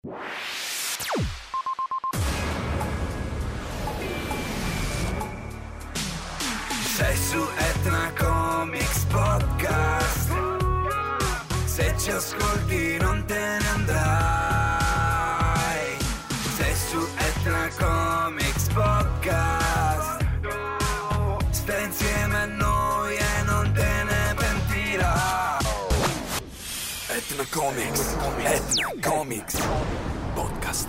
Sei su Etna Comics Podcast. Se ci ascolti non te ne andrai. Sei su Etna Comics Podcast. Stai insieme a noi e non te ne pentirai. Etna Comics, Etna Comics Podcast.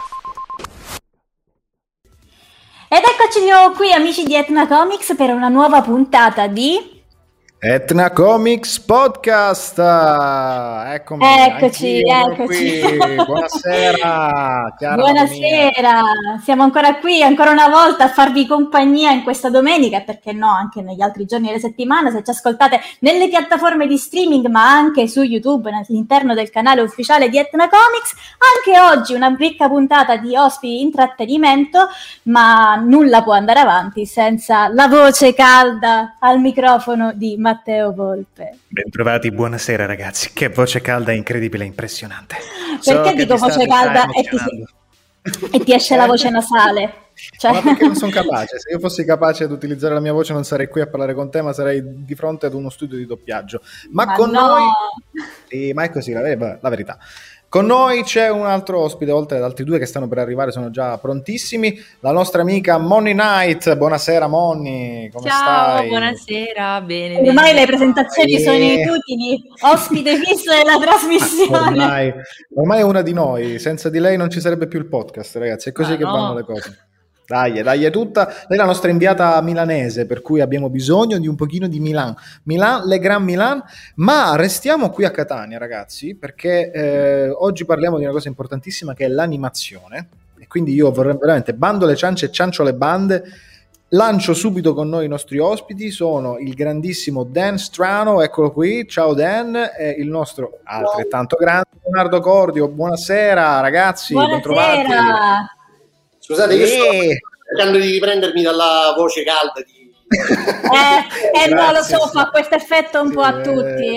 Ed eccoci di nuovo qui, amici di Etna Comics, per una nuova puntata di Etna Comics Podcast. Eccomi, eccoci. Qui. Buonasera, Chiara. Buonasera, siamo ancora qui, ancora una volta a farvi compagnia in questa domenica, e perché no, anche negli altri giorni della settimana, se ci ascoltate nelle piattaforme di streaming, ma anche su YouTube, all'interno del canale ufficiale di Etna Comics. Anche oggi una ricca puntata di ospiti di intrattenimento, ma nulla può andare avanti senza la voce calda al microfono di Matteo Volpe. Bentrovati, buonasera ragazzi, che voce calda incredibile, impressionante. Perché dico voce calda e ti esce la voce nasale? Cioè... Ma perché non sono capace? Se io fossi capace di utilizzare la mia voce non sarei qui a parlare con te, ma sarei di fronte ad uno studio di doppiaggio. Ma con noi... Sì, ma è così, la verità. Con noi c'è un altro ospite, oltre ad altri due che stanno per arrivare, sono già prontissimi. La nostra amica Monni Knight. Buonasera Monni, come stai? Ciao, buonasera, bene. Ormai le presentazioni sono inutili, ospite fisso della trasmissione. Ormai è una di noi, senza di lei non ci sarebbe più il podcast, ragazzi, è così che vanno le cose. Dai, è tutta. Lei è la nostra inviata milanese, per cui abbiamo bisogno di un pochino di Milan, Le Grand Milan. Ma restiamo qui a Catania, ragazzi, perché oggi parliamo di una cosa importantissima che è l'animazione. E quindi io vorrei veramente bando le ciance e ciancio le bande. Lancio subito con noi i nostri ospiti. Sono il grandissimo Dan Strano, eccolo qui, ciao Dan, e il nostro altrettanto grande Leonardo Cordio. Buonasera ragazzi, bentrovati. Scusate, io sto cercando di riprendermi dalla voce calda di... no, lo so, fa questo effetto un po' a tutti.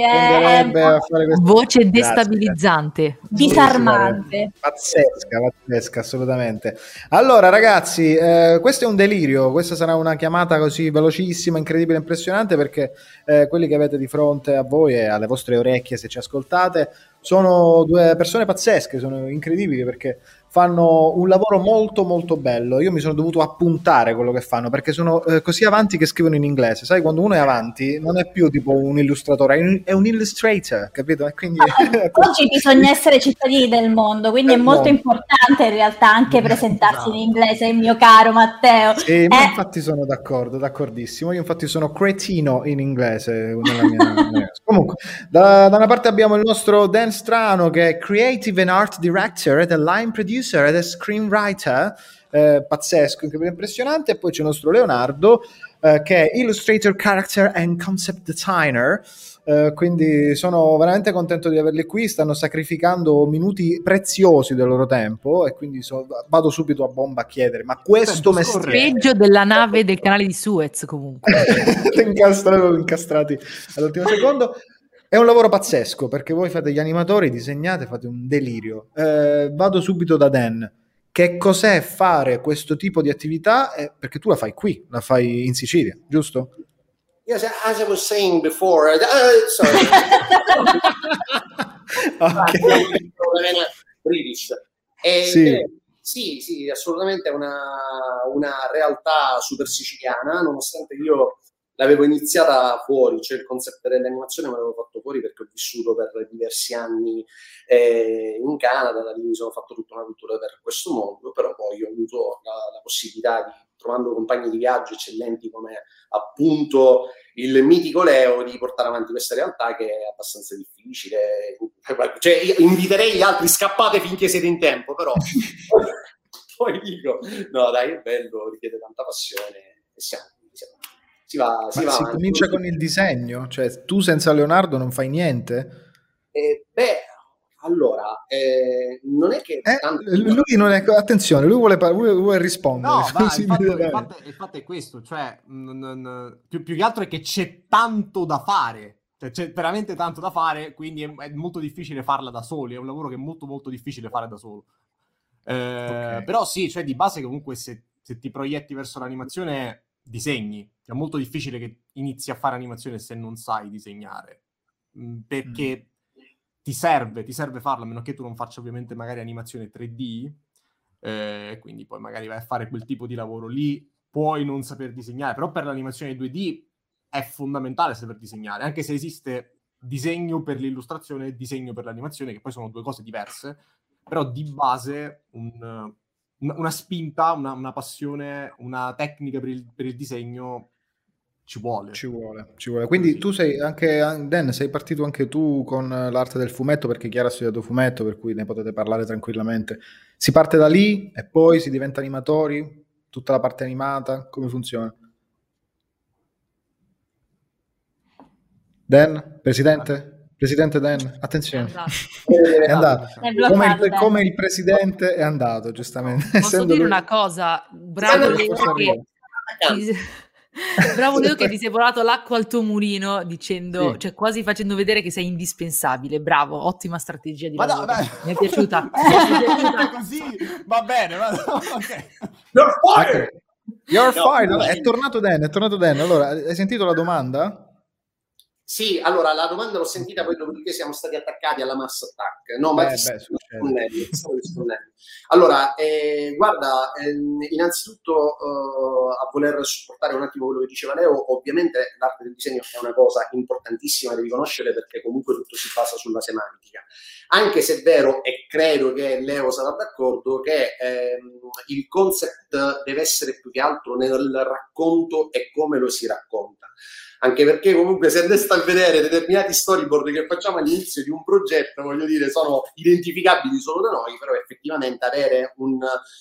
Voce destabilizzante. Disarmante. Pazzesca, assolutamente. Allora, ragazzi, questo è un delirio. Questa sarà una chiamata così velocissima, incredibile, impressionante, perché quelli che avete di fronte a voi e alle vostre orecchie, se ci ascoltate, sono due persone pazzesche, sono incredibili, perché fanno un lavoro molto molto bello. Io mi sono dovuto appuntare quello che fanno, perché sono così avanti che scrivono in inglese. Sai, quando uno è avanti non è più tipo un illustratore, è un illustrator, capito? E quindi... Oggi bisogna essere cittadini del mondo, quindi è molto importante in realtà anche presentarsi in inglese, mio caro Matteo. Sì, ma infatti sono d'accordissimo. Io infatti sono cretino in inglese nella mia... Comunque, da una parte abbiamo il nostro Dan Strano, che è Creative and Art Director ed è Line Producer ed è Screenwriter, pazzesco, incredibile, impressionante. E poi c'è il nostro Leonardo, che è Illustrator, Character and Concept Designer. Quindi sono veramente contento di averli qui. Stanno sacrificando minuti preziosi del loro tempo, e quindi vado subito a bomba a chiedere: ma questo mestiere, peggio della nave del canale di Suez, comunque incastrati all'ultimo secondo. È un lavoro pazzesco, perché voi fate gli animatori, disegnate, fate un delirio. Vado subito da Dan. Che cos'è fare questo tipo di attività? Perché tu la fai qui, la fai in Sicilia, giusto? Yes, as I was saying before, sorry. British. Sì, assolutamente è una realtà super siciliana, nonostante io l'avevo iniziata fuori, cioè il concept dell'animazione me l'avevo fatto fuori perché ho vissuto per diversi anni in Canada, da lì mi sono fatto tutta una cultura per questo mondo, però poi ho avuto la possibilità di, trovando compagni di viaggio eccellenti come appunto il mitico Leo, di portare avanti questa realtà che è abbastanza difficile. Cioè, inviterei gli altri, scappate finché siete in tempo, però poi dico, no dai, è bello, richiede tanta passione e si comincia con il disegno, cioè tu senza Leonardo non fai niente? Allora, non è che lui non è, attenzione, lui vuole rispondere. No, il fatto è questo, cioè più che altro è che c'è tanto da fare, Cioè, c'è veramente tanto da fare, quindi è molto difficile farla da soli, è un lavoro che è molto molto difficile fare da solo. Però sì, cioè di base comunque se ti proietti verso l'animazione disegni, è molto difficile che inizi a fare animazione se non sai disegnare, perché ti serve farlo, a meno che tu non faccia ovviamente magari animazione 3D, quindi poi magari vai a fare quel tipo di lavoro lì, puoi non saper disegnare, però per l'animazione 2D è fondamentale saper disegnare, anche se esiste disegno per l'illustrazione e disegno per l'animazione, che poi sono due cose diverse, però di base una spinta, una passione, una tecnica per il disegno ci vuole. Quindi tu sei anche, Dan, sei partito anche tu con l'arte del fumetto, perché Chiara ha studiato fumetto, per cui ne potete parlare tranquillamente. Si parte da lì e poi si diventa animatori? Tutta la parte animata? Come funziona? Dan? Presidente Dan? Attenzione. È andato. Come il presidente è andato, giustamente. Posso dire una cosa? Bravo Leo che ti sei volato l'acqua al tuo mulino dicendo, sì, cioè quasi facendo vedere che sei indispensabile. Bravo, ottima strategia di lavoro. Mi è piaciuta. Così va bene. Okay. You're fine. È tornato Dan. Allora, hai sentito la domanda? Sì, allora la domanda l'ho sentita, poi dopodiché siamo stati attaccati alla mass attack. No, ma stavo rispondendo. Allora, guarda, innanzitutto a voler supportare un attimo quello che diceva Leo, ovviamente l'arte del disegno è una cosa importantissima, devi conoscere, perché comunque tutto si basa sulla semantica. Anche se è vero, e credo che Leo sarà d'accordo, che il concept deve essere più che altro nel racconto e come lo si racconta. Anche perché comunque se andeste a vedere determinati storyboard che facciamo all'inizio di un progetto, voglio dire, sono identificabili solo da noi, però effettivamente avere un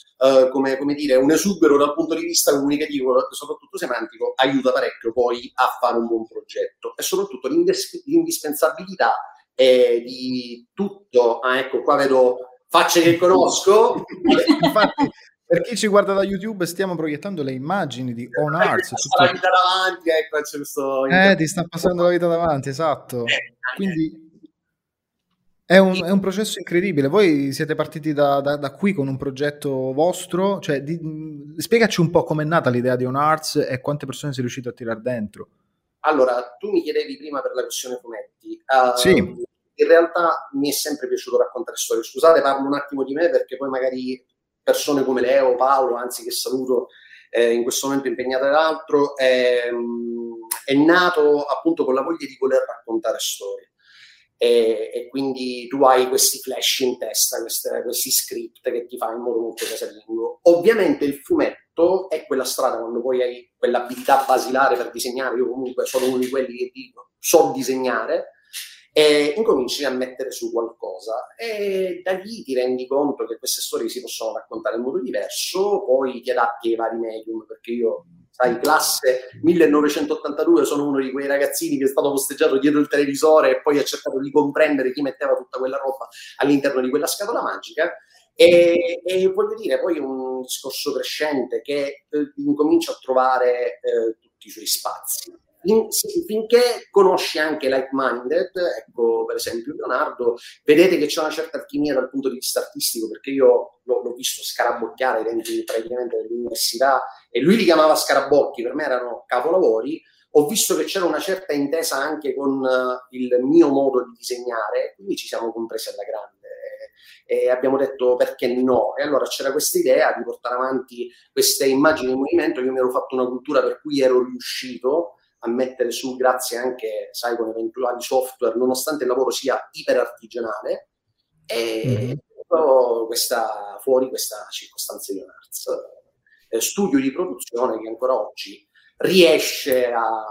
esubero dal punto di vista comunicativo, soprattutto semantico, aiuta parecchio poi a fare un buon progetto. E soprattutto l'indispensabilità di tutto. Ecco, qua vedo facce che conosco. Infatti, per chi ci guarda da YouTube, stiamo proiettando le immagini di On Arts. La vita davanti, ecco, c'è questo... ti sta passando la vita davanti, esatto. Quindi è un processo incredibile. Voi siete partiti da qui con un progetto vostro, cioè spiegaci un po' com'è nata l'idea di On Arts e quante persone sei riuscito a tirare dentro. Allora, tu mi chiedevi prima per la questione fumetti. Sì. In realtà mi è sempre piaciuto raccontare storie. Scusate, parlo un attimo di me, perché poi magari persone come Leo, Paolo, anzi che saluto, in questo momento impegnate dall'altro, è nato appunto con la voglia di voler raccontare storie. E quindi tu hai questi flash in testa, questi script che ti fa in modo molto casalingo. Ovviamente il fumetto è quella strada, quando poi hai quell'abilità basilare per disegnare. Io comunque sono uno di quelli che dico so disegnare, e incominci a mettere su qualcosa e da lì ti rendi conto che queste storie si possono raccontare in modo diverso, poi ti adatti ai vari medium, perché io, sai, classe 1982, sono uno di quei ragazzini che è stato posteggiato dietro il televisore e poi ha cercato di comprendere chi metteva tutta quella roba all'interno di quella scatola magica. E voglio dire, poi un discorso crescente che incomincia a trovare tutti i suoi spazi. Finché conosci anche like-minded, ecco, per esempio Leonardo, vedete che c'è una certa alchimia dal punto di vista artistico, perché io l'ho visto scarabocchiare ai tempi praticamente dell'università, e lui li chiamava scarabocchi, per me erano capolavori. Ho visto che c'era una certa intesa anche con il mio modo di disegnare, quindi ci siamo compresi alla grande e abbiamo detto perché no, e allora c'era questa idea di portare avanti queste immagini in movimento. Io mi ero fatto una cultura per cui ero riuscito a mettere su, grazie anche, sai, con eventuali software, nonostante il lavoro sia iperartigianale, e questa circostanza di On Arts, studio di produzione che ancora oggi riesce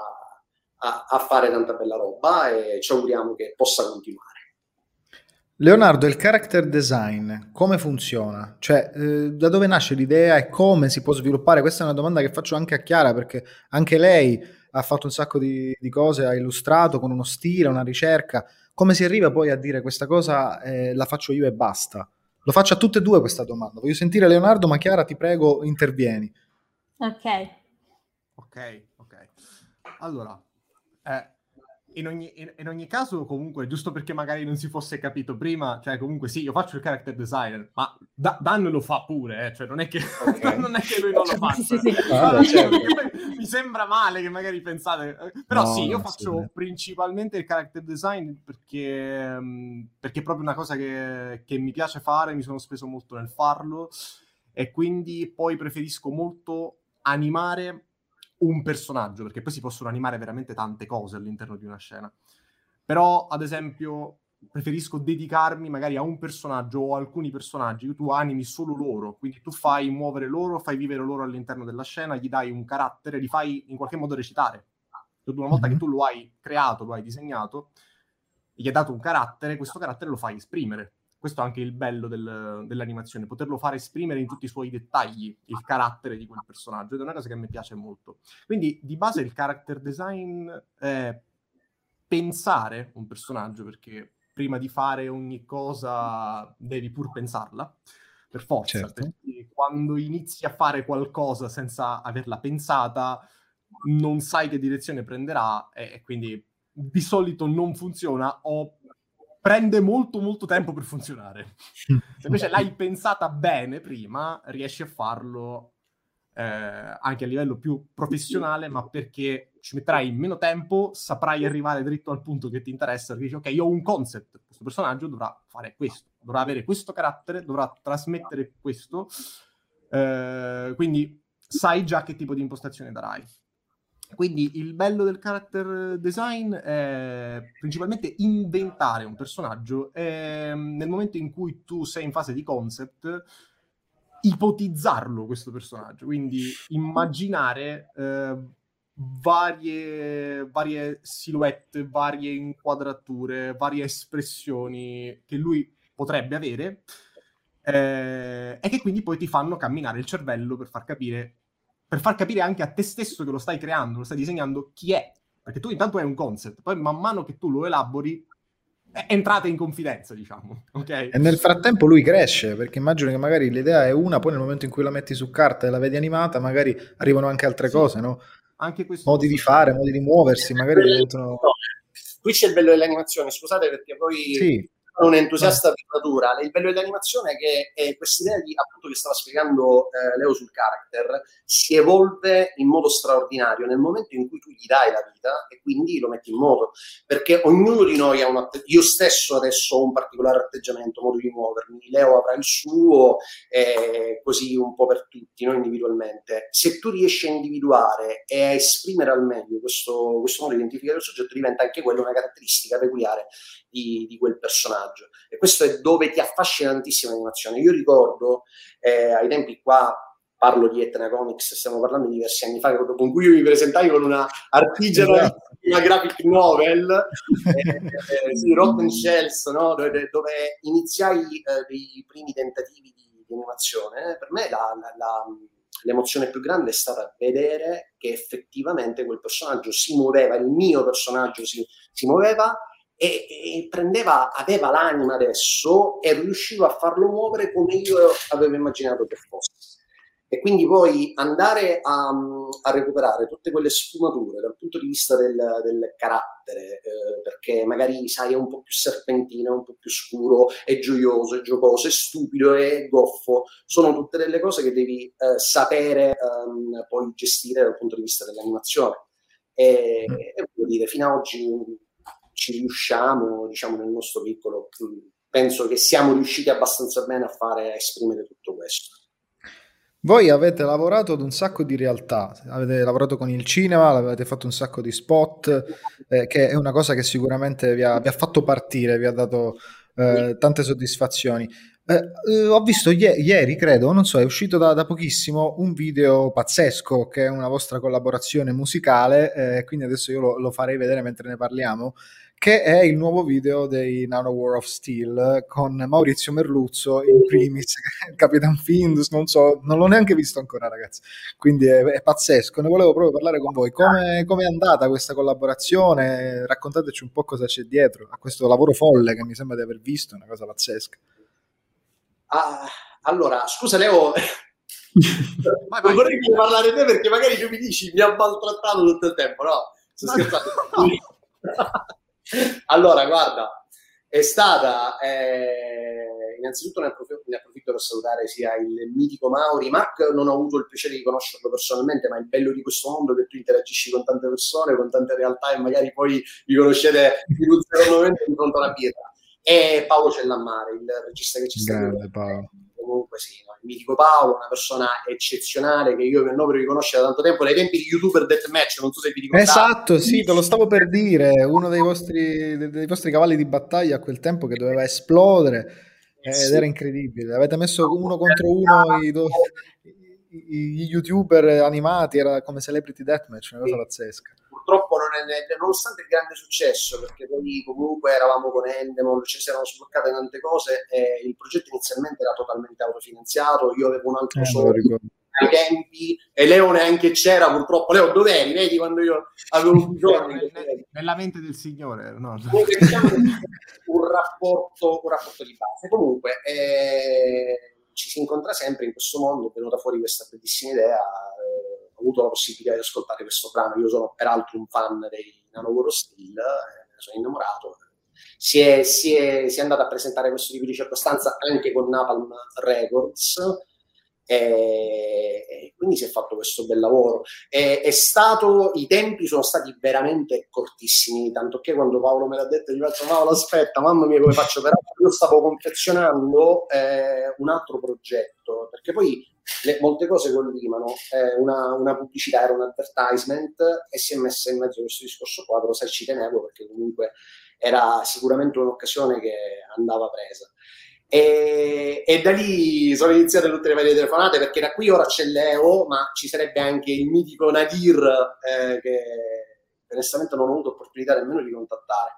a fare tanta bella roba, e ci auguriamo che possa continuare. Leonardo, il character design come funziona? Cioè, da dove nasce l'idea e come si può sviluppare? Questa è una domanda che faccio anche a Chiara, perché anche lei ha fatto un sacco di cose, ha illustrato con uno stile, una ricerca. Come si arriva poi a dire questa cosa la faccio io e basta? Lo faccio a tutte e due questa domanda. Voglio sentire Leonardo, ma Chiara, ti prego, intervieni. Ok. Allora, in ogni caso, comunque, giusto perché magari non si fosse capito prima, cioè comunque sì, io faccio il character designer, ma Dan lo fa pure, cioè non è che, non è che lui non lo faccia. Sì. Mi sembra male che magari pensate, però no, sì, io faccio principalmente il character design perché è proprio una cosa che mi piace fare, mi sono speso molto nel farlo, e quindi poi preferisco molto animare un personaggio, perché poi si possono animare veramente tante cose all'interno di una scena. Però, ad esempio, preferisco dedicarmi magari a un personaggio o alcuni personaggi, tu animi solo loro, quindi tu fai muovere loro, fai vivere loro all'interno della scena, gli dai un carattere, li fai in qualche modo recitare. Una volta che tu lo hai creato, lo hai disegnato, gli hai dato un carattere, questo carattere lo fai esprimere. Questo è anche il bello dell'animazione, poterlo fare esprimere in tutti i suoi dettagli, il carattere di quel personaggio, ed è una cosa che mi piace molto. Quindi, di base, il character design è pensare un personaggio, perché prima di fare ogni cosa devi pur pensarla, per forza. Certo. Perché quando inizi a fare qualcosa senza averla pensata, non sai che direzione prenderà, e quindi di solito non funziona o prende molto molto tempo per funzionare. Se invece l'hai pensata bene prima, riesci a farlo anche a livello più professionale, ma perché ci metterai meno tempo, saprai arrivare dritto al punto che ti interessa, perché dici, ok, io ho un concept, questo personaggio dovrà fare questo, dovrà avere questo carattere, dovrà trasmettere questo, quindi sai già che tipo di impostazione darai. Quindi il bello del character design è principalmente inventare un personaggio e nel momento in cui tu sei in fase di concept, ipotizzarlo questo personaggio, quindi immaginare varie silhouette, varie inquadrature, varie espressioni che lui potrebbe avere e che quindi poi ti fanno camminare il cervello per far capire anche a te stesso che lo stai creando, lo stai disegnando, chi è. Perché tu intanto hai un concept, poi man mano che tu lo elabori, entrate in confidenza, diciamo. Okay? E nel frattempo lui cresce, perché immagino che magari l'idea è una, poi nel momento in cui la metti su carta e la vedi animata, magari arrivano anche altre cose, no? Anche questo modi di fare, modi di muoversi, magari diventano... Qui c'è il bello dell'animazione, scusate perché poi... Sì. Un entusiasta di natura, il bello dell'animazione è che questa idea di, appunto, che stava spiegando Leo sul character si evolve in modo straordinario nel momento in cui tu gli dai la vita e quindi lo metti in moto, perché ognuno di noi ha io stesso adesso ho un particolare atteggiamento, modo di muovermi, Leo avrà il suo, così un po' per tutti, no? Individualmente. Se tu riesci a individuare e a esprimere al meglio questo modo di identificare il soggetto, diventa anche quello una caratteristica peculiare di quel personaggio. E questo è dove ti affascina tantissimo l'animazione. Io ricordo ai tempi, qua parlo di Etna Comics, stiamo parlando di diversi anni fa, con cui io mi presentai con una artigiana, una graphic novel, Rotten Shells, no? dove iniziai dei primi tentativi di animazione. Per me l'emozione più grande è stata vedere che effettivamente quel personaggio si muoveva, il mio personaggio si muoveva, e aveva l'anima adesso e riuscivo a farlo muovere come io avevo immaginato che fosse. E quindi poi andare a recuperare tutte quelle sfumature dal punto di vista del carattere, perché magari sai è un po' più serpentino, è un po' più scuro, è gioioso, è giocoso, è stupido, è goffo, sono tutte delle cose che devi sapere poi gestire dal punto di vista dell'animazione. E voglio dire, fino ad oggi ci riusciamo, diciamo, nel nostro piccolo, penso che siamo riusciti abbastanza bene a esprimere tutto questo. Voi avete lavorato ad un sacco di realtà, avete lavorato con il cinema, avete fatto un sacco di spot, che è una cosa che sicuramente vi ha fatto partire, vi ha dato tante soddisfazioni. Ho visto ieri, credo, non so, è uscito da pochissimo un video pazzesco che è una vostra collaborazione musicale, quindi adesso io lo farei vedere mentre ne parliamo, che è il nuovo video dei Nano War of Steel con Maurizio Merluzzo in primis, Capitan Findus, non so, non l'ho neanche visto ancora, ragazzi, quindi è pazzesco. Ne volevo proprio parlare con voi. Come è andata questa collaborazione? Raccontateci un po' cosa c'è dietro a questo lavoro folle che mi sembra di aver visto, una cosa pazzesca. Allora, scusa Leo, non vorrei parlare te perché magari tu mi dici mi ha maltrattato tutto il tempo, no? Sto scherzando. Allora, guarda, è stata innanzitutto ne approfitto per salutare sia il mitico Mauri. Mark non ho avuto il piacere di conoscerlo personalmente, ma il bello di questo mondo è che tu interagisci con tante persone, con tante realtà, e magari poi vi conoscete in un secondo momento di fronte alla birra. E Paolo Cellammare, il regista che ci sta Paolo. Comunque sì, no? Il mitico Paolo, una persona eccezionale che io mi onoro di conoscere da tanto tempo, nei tempi di YouTuber Deathmatch, non so se vi ricordate. Esatto, sì, te lo stavo per dire, uno dei vostri cavalli di battaglia a quel tempo che doveva esplodere, ed era incredibile. Avete messo uno contro uno gli YouTuber animati, era come Celebrity Deathmatch, una cosa pazzesca. Purtroppo nonostante il grande successo, perché poi comunque eravamo con Endemol, ci si erano sbloccate tante cose, il progetto inizialmente era totalmente autofinanziato, io avevo un altro soldo ai tempi, e Leo neanche c'era, purtroppo. Leo, dov'eri? Vedi quando io avevo bisogno nella mente del Signore, no? Diciamo un rapporto di base. Comunque ci si incontra sempre in questo mondo, è venuta fuori questa bellissima idea, ho avuto la possibilità di ascoltare questo brano, io sono peraltro un fan dei Nanowar of Steel, me ne sono innamorato. Si è andata a presentare questo tipo di circostanza anche con Napalm Records, e quindi si è fatto questo bel lavoro. I tempi sono stati veramente cortissimi, tanto che quando Paolo me l'ha detto gli faccio: Paolo, aspetta, mamma mia, come faccio? Però io stavo confezionando un altro progetto, perché poi molte cose collivano, una pubblicità era un advertisement e si è messa in mezzo questo discorso qua, però sai, ci tenevo perché comunque era sicuramente un'occasione che andava presa. E da lì sono iniziate tutte le varie telefonate, perché da qui ora c'è Leo, ma ci sarebbe anche il mitico Nadir, che onestamente non ho avuto opportunità nemmeno di contattare.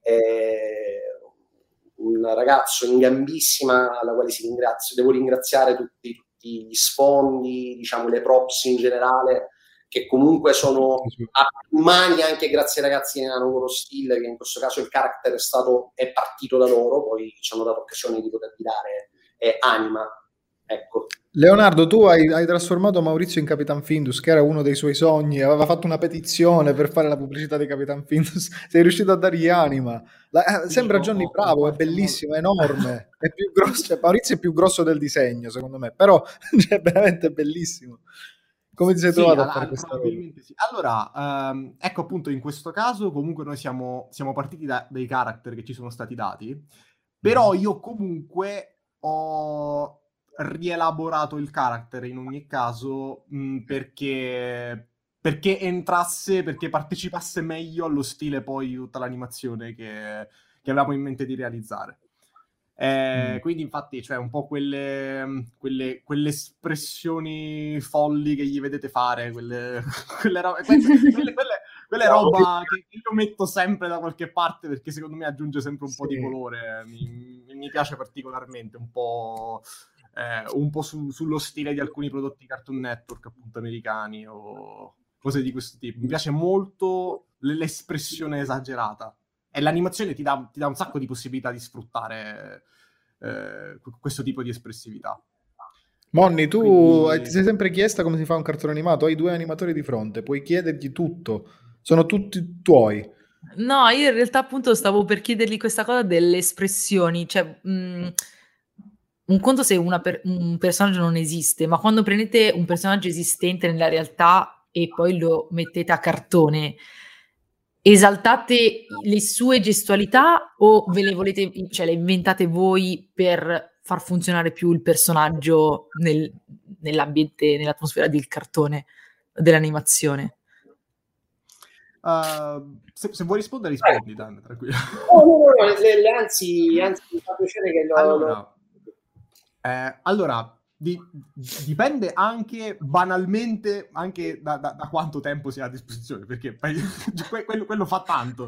Un ragazzo in gambissima, alla quale devo ringraziare tutti gli sfondi, diciamo le props in generale, che comunque sono umani, anche grazie ai ragazzi di Nanowar of Steel, che in questo caso il character è partito da loro, poi ci hanno dato occasione di potergli dare anima. Ecco. Leonardo, tu hai trasformato Maurizio in Capitan Findus, che era uno dei suoi sogni, aveva fatto una petizione per fare la pubblicità di Capitan Findus, sei riuscito a dargli anima. Sembra Johnny Bravo, è bellissimo, è enorme, è più grosso, cioè, Maurizio è più grosso del disegno, secondo me, però è veramente bellissimo. Come ti sei trovato a fare questa roba? Sì. Allora, ecco, appunto, in questo caso comunque noi siamo partiti dai character che ci sono stati dati, però io comunque ho rielaborato il character in ogni caso, perché entrasse, perché partecipasse meglio allo stile poi di tutta l'animazione che avevamo in mente di realizzare. Quindi infatti, cioè, un po' quelle espressioni folli che gli vedete fare, quelle roba che io metto sempre da qualche parte, perché secondo me aggiunge sempre un po' di colore, mi piace particolarmente, un po' sullo stile di alcuni prodotti Cartoon Network, appunto, americani o cose di questo tipo. Mi piace molto l'espressione esagerata, e l'animazione ti dà un sacco di possibilità di sfruttare questo tipo di espressività. Monni, tu ti sei sempre chiesta come si fa un cartone animato? Hai 2 animatori di fronte, puoi chiedergli tutto, sono tutti tuoi. No, io in realtà appunto stavo per chiedergli questa cosa delle espressioni, cioè un conto se un personaggio non esiste, ma quando prendete un personaggio esistente nella realtà e poi lo mettete a cartone, esaltate le sue gestualità o ve le volete, cioè le inventate voi per far funzionare più il personaggio nell'ambiente, nell'atmosfera del cartone, dell'animazione? Se vuoi rispondere, rispondi, Dan, tranquillo. No, anzi mi fa piacere che allora, dipende anche banalmente anche da quanto tempo si ha a disposizione, perché quello fa tanto.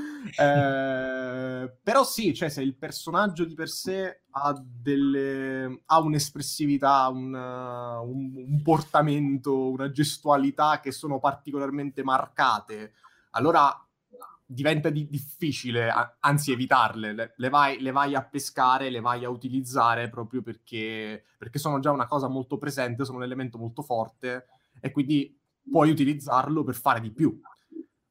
Però sì, cioè, se il personaggio di per sé ha un'espressività, un portamento, una gestualità che sono particolarmente marcate, allora diventa difficile, anzi evitarle, le vai a pescare, le vai a utilizzare proprio perché sono già una cosa molto presente, sono un elemento molto forte, e quindi puoi utilizzarlo per fare di più.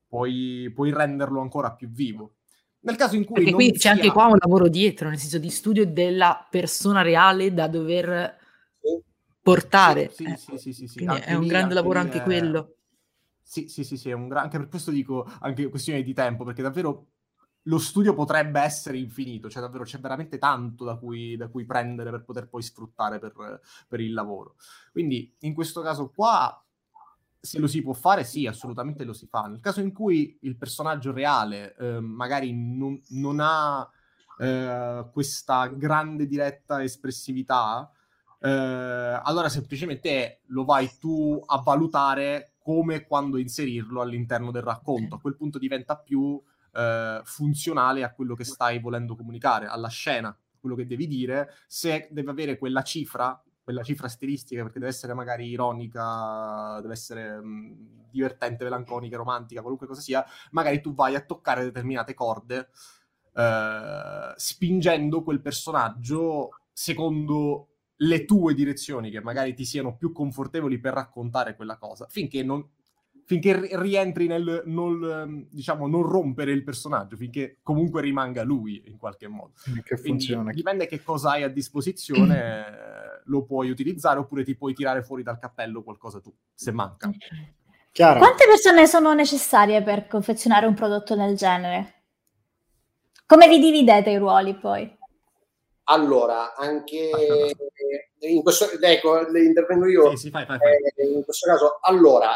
puoi renderlo ancora più vivo. Nel caso in cui Perché non qui c'è sia... anche qua un lavoro dietro, nel senso di studio della persona reale da dover portare. Sì. Quindi Anche è un lì, grande lavoro lì anche quello. Sì, è anche per questo dico, anche questione di tempo, perché davvero lo studio potrebbe essere infinito, cioè davvero c'è veramente tanto da cui prendere per poter poi sfruttare per il lavoro. Quindi in questo caso qua, se lo si può fare, sì, assolutamente lo si fa. Nel caso in cui il personaggio reale magari non ha questa grande diretta espressività, allora semplicemente lo vai tu a valutare come quando inserirlo all'interno del racconto. A quel punto diventa più funzionale a quello che stai volendo comunicare, alla scena, quello che devi dire. Se deve avere quella cifra stilistica, perché deve essere magari ironica, deve essere divertente, melanconica, romantica, qualunque cosa sia, magari tu vai a toccare determinate corde spingendo quel personaggio secondo le tue direzioni, che magari ti siano più confortevoli per raccontare quella cosa, finché rientri nel non rompere il personaggio, finché comunque rimanga lui in qualche modo. Che funziona. Quindi dipende che cosa hai a disposizione, lo puoi utilizzare oppure ti puoi tirare fuori dal cappello qualcosa tu, se manca. Chiaro. Quante persone sono necessarie per confezionare un prodotto del genere? Come vi dividete i ruoli poi? Allora, anche in questo, ecco, intervengo io. Sì, fai. In questo caso, allora,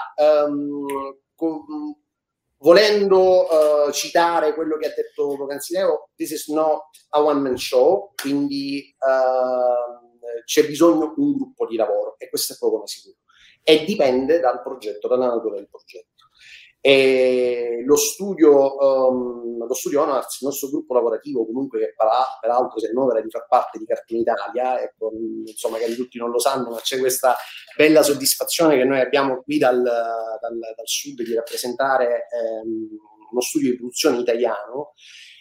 volendo citare quello che ha detto poc'anzi Leo, this is not a one-man show, quindi c'è bisogno di un gruppo di lavoro, e questo è poco ma sicuro. E dipende dal progetto, dalla natura del progetto. E lo studio Honors, il nostro gruppo lavorativo, comunque, che peraltro si onora di far parte di Cartoon Italia, ecco, insomma, magari tutti non lo sanno, ma c'è questa bella soddisfazione che noi abbiamo qui dal sud di rappresentare uno studio di produzione italiano.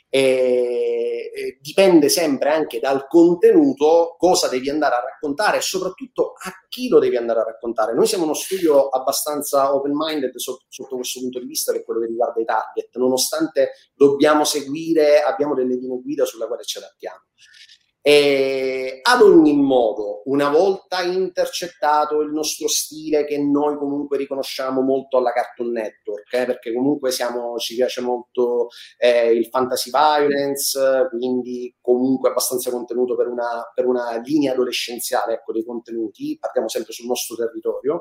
E dipende sempre anche dal contenuto, cosa devi andare a raccontare e soprattutto a chi lo devi andare a raccontare. Noi siamo uno studio abbastanza open-minded sotto questo punto di vista, per quello che riguarda i target, nonostante abbiamo delle linee guida sulla quale ci adattiamo. E ad ogni modo, una volta intercettato il nostro stile, che noi comunque riconosciamo molto alla Cartoon Network, perché comunque ci piace molto il fantasy violence, quindi comunque abbastanza contenuto per una linea adolescenziale, ecco, dei contenuti, partiamo sempre sul nostro territorio,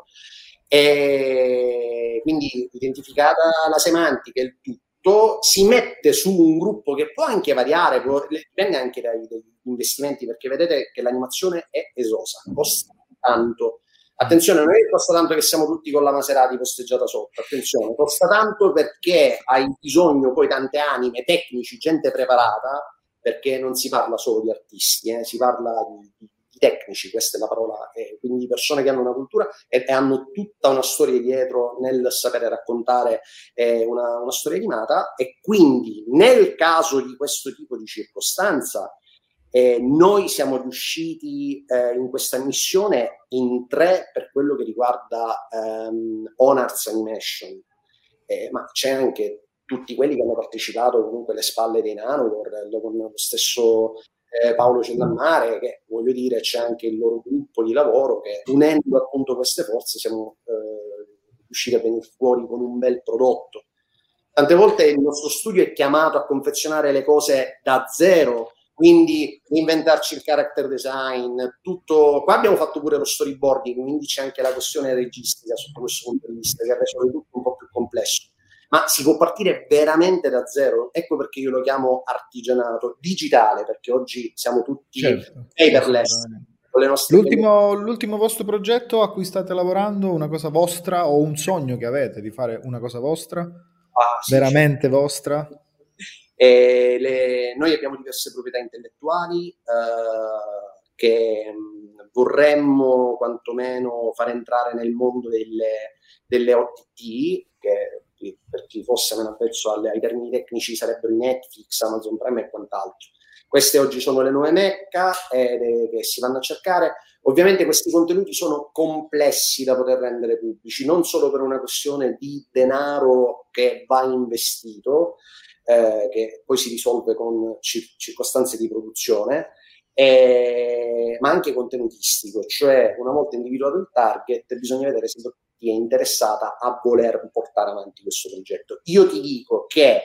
e quindi identificata la semantica e il tutto, si mette su un gruppo che può anche variare, dipende anche dagli investimenti, perché vedete che l'animazione è esosa, costa tanto. Attenzione, non è che costa tanto che siamo tutti con la Maserati posteggiata sotto, attenzione, costa tanto perché hai bisogno poi tante anime, tecnici, gente preparata, perché non si parla solo di artisti, si parla di tecnici, questa è la parola, quindi persone che hanno una cultura e hanno tutta una storia dietro nel sapere raccontare una storia animata. E quindi nel caso di questo tipo di circostanza noi siamo riusciti in questa missione in 3 per quello che riguarda Honors Animation, ma c'è anche tutti quelli che hanno partecipato comunque alle spalle dei Nanowar, con lo stesso Paolo Cellammare, che voglio dire c'è anche il loro gruppo di lavoro che, unendo appunto queste forze, siamo riusciti a venire fuori con un bel prodotto. Tante volte il nostro studio è chiamato a confezionare le cose da zero, quindi inventarci il character design, tutto. Qua abbiamo fatto pure lo storyboarding, quindi c'è anche la questione registica sotto questo punto di vista, che ha reso tutto un po' più complesso. Ma si può partire veramente da zero, ecco perché io lo chiamo artigianato digitale, perché oggi siamo tutti paperless. L'ultimo vostro progetto a cui state lavorando, una cosa vostra o un sogno che avete di fare una cosa vostra? Sì, veramente vostra? Noi abbiamo diverse proprietà intellettuali che vorremmo quantomeno far entrare nel mondo delle OTT, che per chi fosse meno avvezzo ai termini tecnici sarebbero Netflix, Amazon Prime e quant'altro. Queste oggi sono le nuove mecca che si vanno a cercare. Ovviamente questi contenuti sono complessi da poter rendere pubblici, non solo per una questione di denaro che va investito, che poi si risolve con circostanze di produzione, ma anche contenutistico, cioè una volta individuato il target bisogna vedere se chi è interessata a voler portare avanti questo progetto. Io ti dico che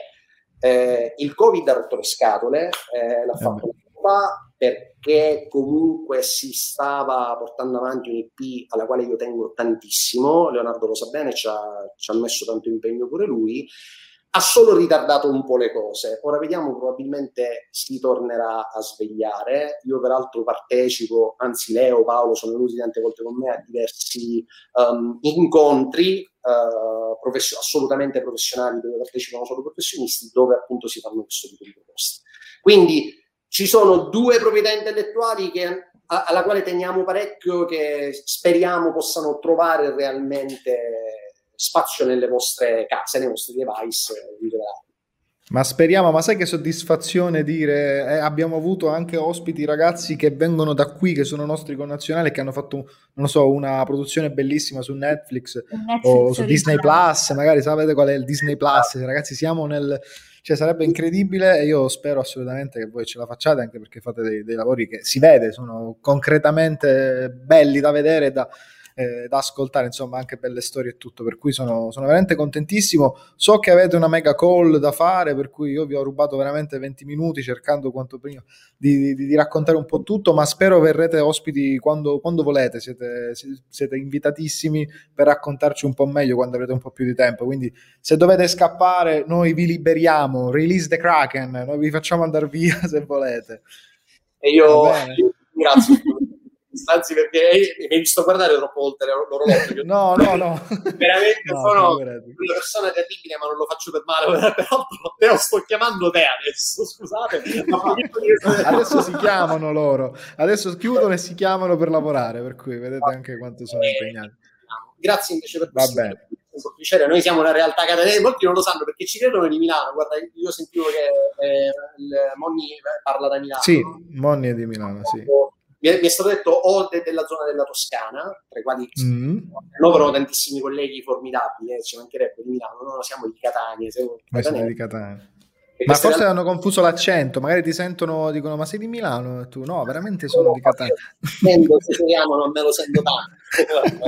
il Covid ha rotto le scatole, l'ha fatto la Coppa, perché comunque si stava portando avanti un IP alla quale io tengo tantissimo, Leonardo lo sa bene, ci ha messo tanto impegno pure lui, ha solo ritardato un po' le cose. Ora vediamo, probabilmente si tornerà a svegliare. Io peraltro partecipo, anzi Leo, Paolo sono venuti tante volte con me a diversi incontri assolutamente professionali, dove partecipano solo professionisti, dove appunto si fanno questo tipo di proposte. Quindi ci sono 2 proprietà intellettuali alla quale teniamo parecchio, che speriamo possano trovare realmente spazio nelle vostre case, nei vostri device in generale. Ma speriamo, ma sai che soddisfazione dire, abbiamo avuto anche ospiti ragazzi che vengono da qui, che sono nostri connazionali, che hanno fatto, non lo so, una produzione bellissima su Netflix o su Disney Plus, magari sapete qual è il Disney Plus, ragazzi siamo cioè sarebbe incredibile, e io spero assolutamente che voi ce la facciate, anche perché fate dei lavori che si vede, sono concretamente belli da vedere, da ascoltare, insomma anche belle storie e tutto, per cui sono veramente contentissimo. So che avete una mega call da fare, per cui io vi ho rubato veramente 20 minuti cercando quanto prima di raccontare un po' tutto, ma spero verrete ospiti quando volete, siete invitatissimi per raccontarci un po' meglio quando avrete un po' più di tempo, quindi se dovete scappare noi vi liberiamo, release the Kraken, noi vi facciamo andare via se volete. E io grazie anzi, perché mi hai visto guardare troppo volte l'orologio. No. Veramente sono una persona terribile, ma non lo faccio per male. Però sto chiamando te adesso, scusate. Adesso si chiamano loro. Adesso chiudono e si chiamano per lavorare, per cui vedete anche quanto sono impegnati. Grazie invece per questo. Va bene. Noi siamo una realtà catanese, molti non lo sanno perché ci credono di Milano. Guarda, io sentivo che Monni parla da Milano. Sì, Monni è di Milano, sì. Mi è stato detto o della zona della Toscana, tra i quali però tantissimi colleghi formidabili, ci mancherebbe, di Milano, no, siamo di Catania. Siamo di Catania. Ma forse hanno confuso l'accento, magari ti sentono, dicono ma sei di Milano? E tu no, veramente sono di Catania. Non me lo sento tanto.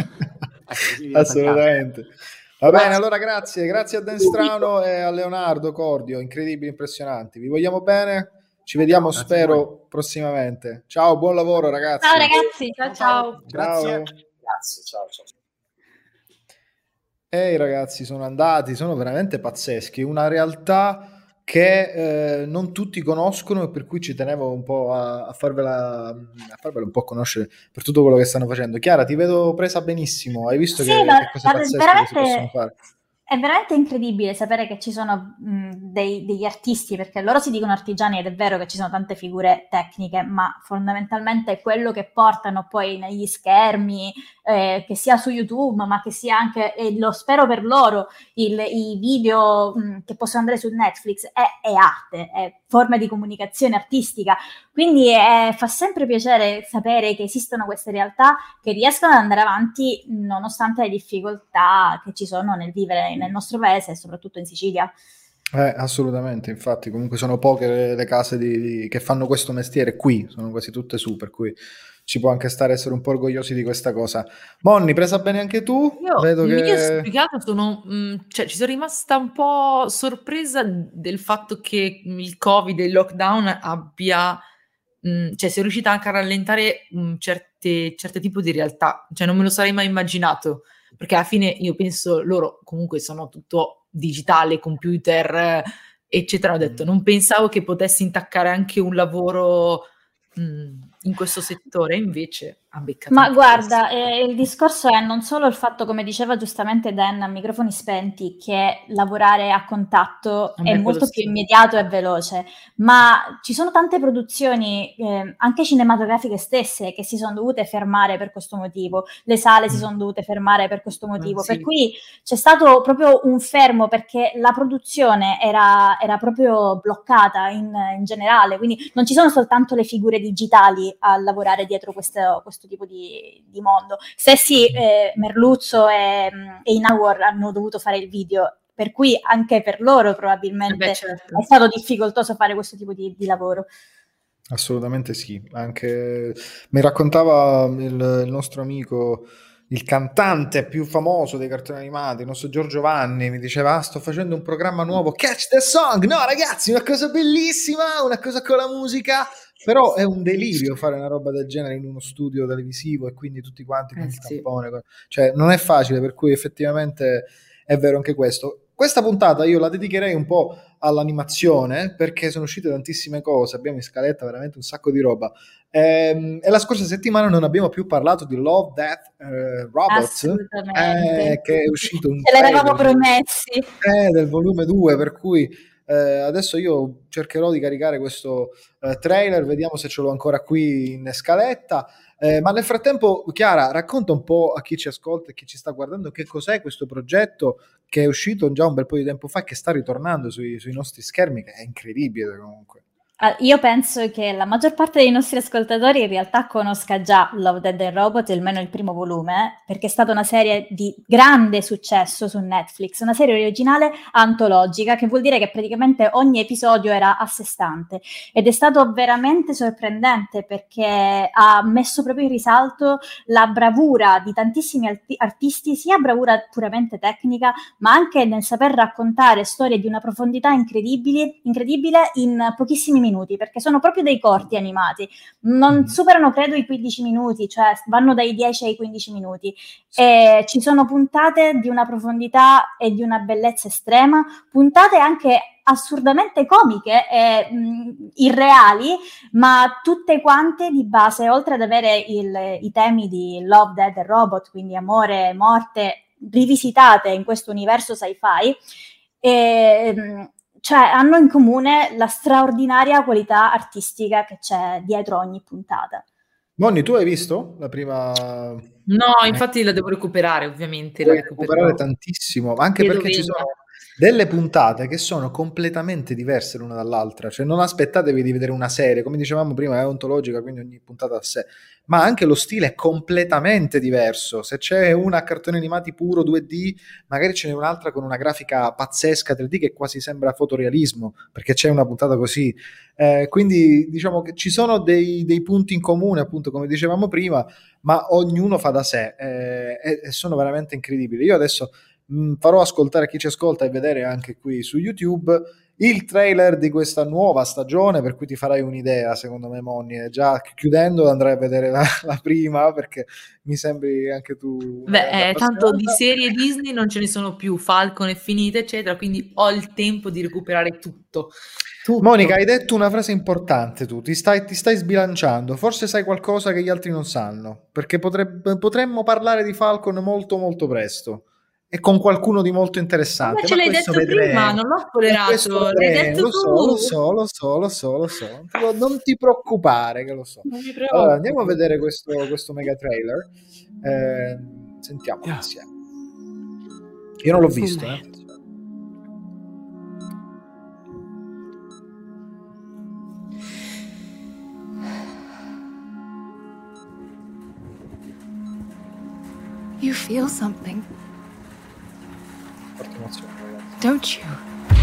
Assolutamente. Va bene, allora grazie a Dan Strano e a Leonardo Cordio, incredibili, impressionanti. Vi vogliamo bene? Ci vediamo, spero, prossimamente. Ciao, buon lavoro ragazzi. Ciao ragazzi, ciao. Grazie, ciao. Ragazzi, sono andati, sono veramente pazzeschi, una realtà che non tutti conoscono e per cui ci tenevo un po' a farvela un po' conoscere per tutto quello che stanno facendo. Chiara, ti vedo presa benissimo, hai visto che cose pazzesche si possono fare? È veramente incredibile sapere che ci sono degli artisti, perché loro si dicono artigiani ed è vero che ci sono tante figure tecniche, ma fondamentalmente quello che portano poi negli schermi, che sia su YouTube, ma che sia anche, e lo spero per loro, i video che possono andare su Netflix, è arte, è forma di comunicazione artistica. Quindi fa sempre piacere sapere che esistono queste realtà che riescono ad andare avanti nonostante le difficoltà che ci sono nel vivere nel nostro paese e soprattutto in Sicilia. Assolutamente, infatti comunque sono poche le case che fanno questo mestiere qui, sono quasi tutte su, per cui ci può anche stare essere un po' orgogliosi di questa cosa. Monni, presa bene anche tu? Io spiegato ci sono rimasta un po' sorpresa del fatto che il Covid e il lockdown abbia sia riuscita anche a rallentare certe tipo di realtà, cioè non me lo sarei mai immaginato, perché alla fine io penso loro comunque sono tutto digitale, computer, eccetera. Ho detto, non pensavo che potessi intaccare anche un lavoro in questo settore, invece ha beccato. Ma guarda, il discorso è non solo il fatto, come diceva giustamente Dan a microfoni spenti, che lavorare a contatto è molto più immediato e veloce, ma ci sono tante produzioni, anche cinematografiche stesse, che si sono dovute fermare per questo motivo, le sale si sono dovute fermare per questo motivo, per cui c'è stato proprio un fermo, perché la produzione era proprio bloccata in generale, quindi non ci sono soltanto le figure digitali a lavorare dietro questo questo tipo di mondo. Stessi Merluzzo e Inauor hanno dovuto fare il video, per cui anche per loro probabilmente certo. è stato difficoltoso fare questo tipo di lavoro. Assolutamente sì, anche mi raccontava il nostro amico, il cantante più famoso dei cartoni animati, il nostro Giorgio Vanni, mi diceva sto facendo un programma nuovo, Catch the Song, no ragazzi, una cosa bellissima, una cosa con la musica, però è un delirio fare una roba del genere in uno studio televisivo e quindi tutti quanti con il tampone, cioè non è facile, per cui effettivamente è vero anche questo. Questa puntata io la dedicherei un po' all'animazione perché sono uscite tantissime cose, abbiamo in scaletta veramente un sacco di roba e la scorsa settimana non abbiamo più parlato di Love, Death, Robots, che è uscito un ce l'eravamo promessi del volume 2, per cui adesso io cercherò di caricare questo trailer, vediamo se ce l'ho ancora qui in scaletta. Ma nel frattempo, Chiara, racconta un po' a chi ci ascolta e chi ci sta guardando che cos'è questo progetto che è uscito già un bel po' di tempo fa e che sta ritornando sui nostri schermi, che è incredibile comunque. Io penso che la maggior parte dei nostri ascoltatori in realtà conosca già Love, Death and Robot, almeno il primo volume, perché è stata una serie di grande successo su Netflix, una serie originale antologica, che vuol dire che praticamente ogni episodio era a sé stante, ed è stato veramente sorprendente perché ha messo proprio in risalto la bravura di tantissimi artisti, sia bravura puramente tecnica, ma anche nel saper raccontare storie di una profondità incredibile in pochissimi minuti, perché sono proprio dei corti animati, non superano credo i 15 minuti, cioè vanno dai 10 ai 15 minuti e ci sono puntate di una profondità e di una bellezza estrema, puntate anche assurdamente comiche e irreali, ma tutte quante di base, oltre ad avere i temi di Love, Death and Robot, quindi amore, morte, rivisitate in questo universo sci-fi, cioè hanno in comune la straordinaria qualità artistica che c'è dietro ogni puntata. Monni, tu hai visto la prima? No, infatti la devo recuperare, ovviamente. Devo recuperare tantissimo, anche perché ci sono delle puntate che sono completamente diverse l'una dall'altra, cioè non aspettatevi di vedere una serie, come dicevamo prima è ontologica, quindi ogni puntata a sé, ma anche lo stile è completamente diverso. Se c'è una a cartoni animati puro 2D, magari ce n'è un'altra con una grafica pazzesca 3D che quasi sembra fotorealismo, perché c'è una puntata così, quindi diciamo che ci sono dei punti in comune, appunto come dicevamo prima, ma ognuno fa da sé e sono veramente incredibili. Io adesso farò ascoltare chi ci ascolta e vedere anche qui su YouTube il trailer di questa nuova stagione, per cui ti farai un'idea, secondo me, Monni. Già chiudendo andrai a vedere la prima, perché mi sembri anche tu. Tanto di serie Disney non ce ne sono più, Falcon è finita, eccetera, quindi ho il tempo di recuperare tutto. Monica, hai detto una frase importante, tu ti stai sbilanciando, forse sai qualcosa che gli altri non sanno, perché potremmo parlare di Falcon molto molto presto e con qualcuno di molto interessante. Ma ce l'hai detto prima, non l'ho spoilerato, l'hai detto tu. Lo so. Non ti preoccupare che lo so. Allora, andiamo a vedere questo mega trailer. Sentiamolo insieme. Io non l'ho visto, You feel something, don't you?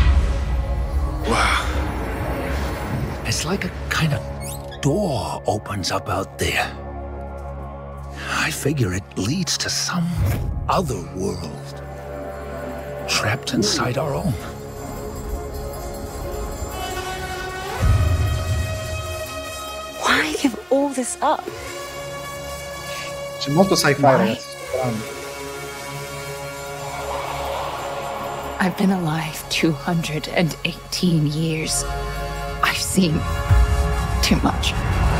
Wow. It's like a kind of door opens up out there. I figure it leads to some other world, trapped inside our own. Why give all this up? C'è molto sci-fi, ragazzi. I've been alive 218 years. I've seen too much.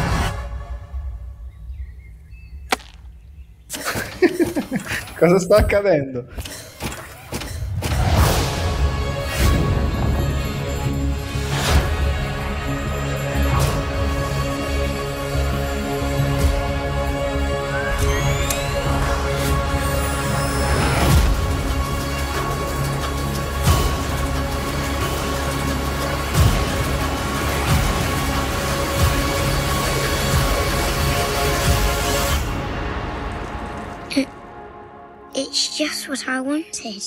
Cosa sta accadendo? It's just what I wanted.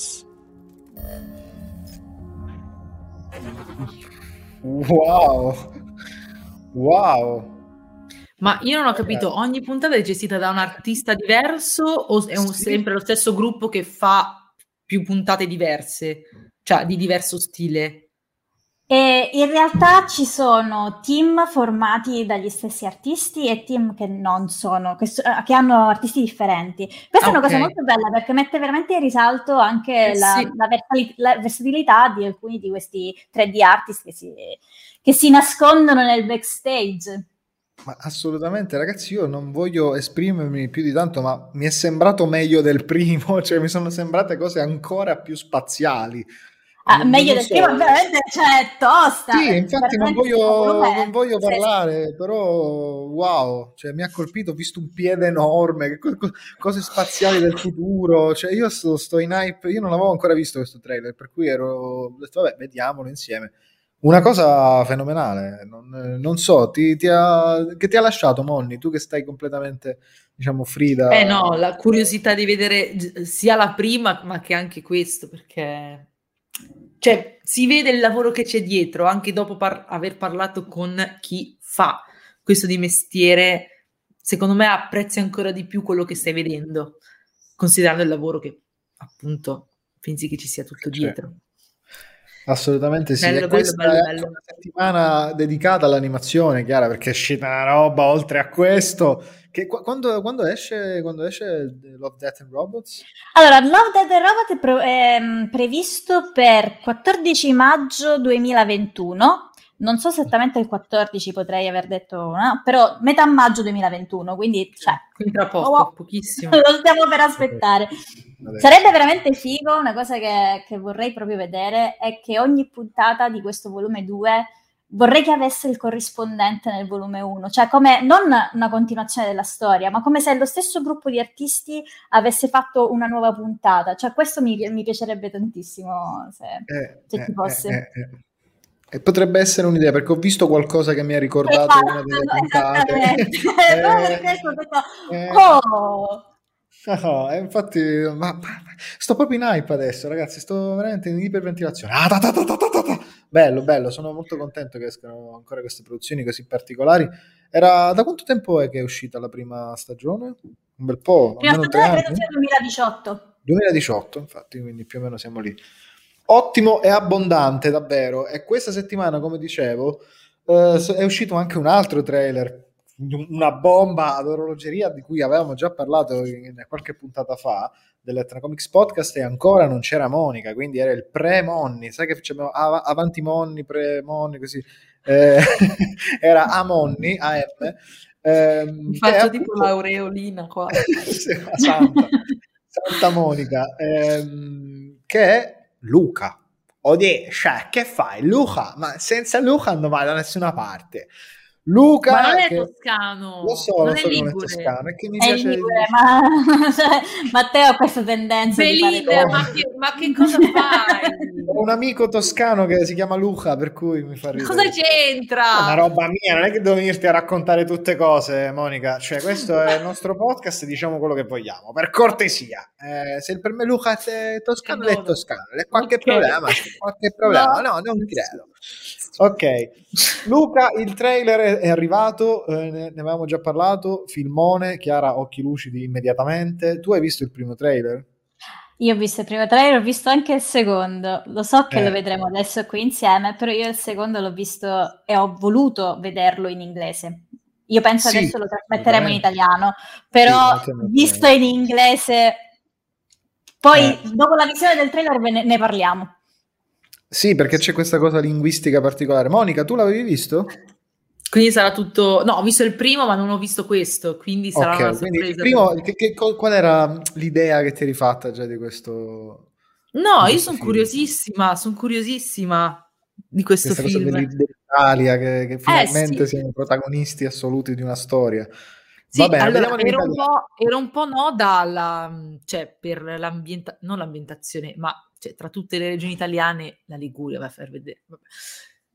Wow. Ma io non ho capito, ogni puntata è gestita da un artista diverso o è sempre lo stesso gruppo che fa più puntate diverse, cioè di diverso stile? E in realtà ci sono team formati dagli stessi artisti e team che non sono, che hanno artisti differenti. Questa è una cosa molto bella perché mette veramente in risalto anche la versatilità di alcuni di questi 3D artist che si nascondono nel backstage. Ma assolutamente, ragazzi, io non voglio esprimermi più di tanto, ma mi è sembrato meglio del primo, cioè mi sono sembrate cose ancora più spaziali. Meglio del primo, veramente, cioè, tosta. Sì, infatti non voglio parlare, però wow, cioè mi ha colpito, ho visto un piede enorme, cose spaziali del futuro, cioè io sto in hype, io non avevo ancora visto questo trailer, per cui ho detto vabbè, vediamolo insieme. Una cosa fenomenale, non so, che ti ha lasciato, Monni, tu che stai completamente, diciamo, free da... No, la curiosità di vedere sia la prima, ma che anche questo, perché... Cioè, si vede il lavoro che c'è dietro, anche dopo aver parlato con chi fa questo di mestiere, secondo me apprezzi ancora di più quello che stai vedendo, considerando il lavoro che, appunto, pensi che ci sia tutto dietro. Assolutamente sì, e questa è una settimana dedicata all'animazione, Chiara, perché è uscita una roba oltre a questo. Quando esce Love, Death and Robots? Allora, Love, Death and Robots è previsto per 14 maggio 2021. Non so esattamente il 14, potrei aver detto, no? Però metà maggio 2021, quindi tra poco, pochissimo. Lo stiamo per aspettare. Sarebbe veramente figo, una cosa che vorrei proprio vedere è che ogni puntata di questo volume 2 vorrei che avesse il corrispondente nel volume 1, cioè come non una continuazione della storia, ma come se lo stesso gruppo di artisti avesse fatto una nuova puntata, cioè questo mi piacerebbe tantissimo se ci fosse. E potrebbe essere un'idea, perché ho visto qualcosa che mi ha ricordato una delle puntate. No, infatti, ma sto proprio in hype adesso, ragazzi, sto veramente in iperventilazione. Bello, sono molto contento che escano ancora queste produzioni così particolari. Da quanto tempo è che è uscita la prima stagione? Un bel po', prima stagione credo sia 2018. 2018, infatti, quindi più o meno siamo lì. Ottimo e abbondante, davvero. E questa settimana, come dicevo, è uscito anche un altro trailer, una bomba ad orologeria di cui avevamo già parlato qualche puntata fa dell'Etna Comics Podcast, e ancora non c'era Monica, quindi era il pre-Monni, sai che facciamo avanti Monni, pre-Monni, così era A-Monni, AM. Faccio tipo l'aureolina qua. Santa Monica, che è Luca. Cioè, che fai? Luca? Ma senza Luca non vai da nessuna parte. Luca, ma non è toscano, lo so che non è toscano, è che mi piace ligure, ma Matteo ha questa tendenza di fare ma che cosa fai? Ho un amico toscano che si chiama Luca, per cui mi fa ridere. Cosa c'entra? È una roba mia, non è che devo venirti a raccontare tutte cose, Monica, cioè questo è il nostro podcast, diciamo quello che vogliamo, per cortesia. Se per me Luca è toscano, è toscano, c'è qualche problema? No, non credo. Ok, Luca, il trailer è arrivato, ne avevamo già parlato, filmone, Chiara, occhi lucidi immediatamente. Tu hai visto il primo trailer? Io ho visto il primo trailer, ho visto anche il secondo, lo so che lo vedremo adesso qui insieme, però io il secondo l'ho visto e ho voluto vederlo in inglese. Io penso adesso lo trasmetteremo in italiano, però visto in inglese, poi dopo la visione del trailer ne parliamo. Sì, perché c'è questa cosa linguistica particolare. Monica, tu l'avevi visto? Quindi sarà tutto... No, ho visto il primo, ma non ho visto questo, quindi sarà una sorpresa. Il primo, qual era l'idea che ti eri fatta già di questo? No, io sono curiosissima di questo film. Cosa dell'Italia, che finalmente siamo protagonisti assoluti di una storia. Sì, va bene, allora, era un po' no cioè per non l'ambientazione, ma cioè, tra tutte le regioni italiane la Liguria va a far vedere. Vabbè.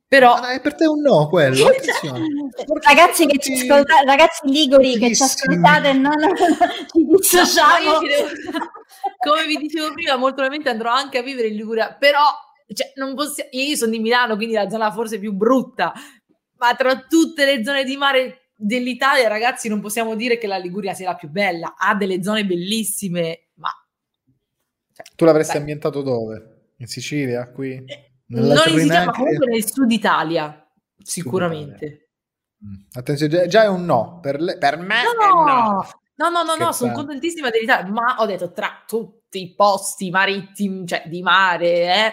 Però è per te un no quello, attenzione. Ragazzi che ci ascoltate, ragazzi liguri che ci ascoltate, non ci dissociamo. Come vi dicevo prima, molto probabilmente andrò anche a vivere in Liguria, però cioè, non possiamo, io sono di Milano, quindi la zona forse più brutta, ma tra tutte le zone di mare dell'Italia, ragazzi, non possiamo dire che la Liguria sia la più bella, ha delle zone bellissime, ma tu l'avresti ambientato dove? In Sicilia, qui? Non in Sicilia, ma comunque nel sud Italia, sicuramente. Attenzione, già è un no, per me è no. No, sono contentissima dell'Italia, ma ho detto tra tutti i posti marittimi, cioè di mare,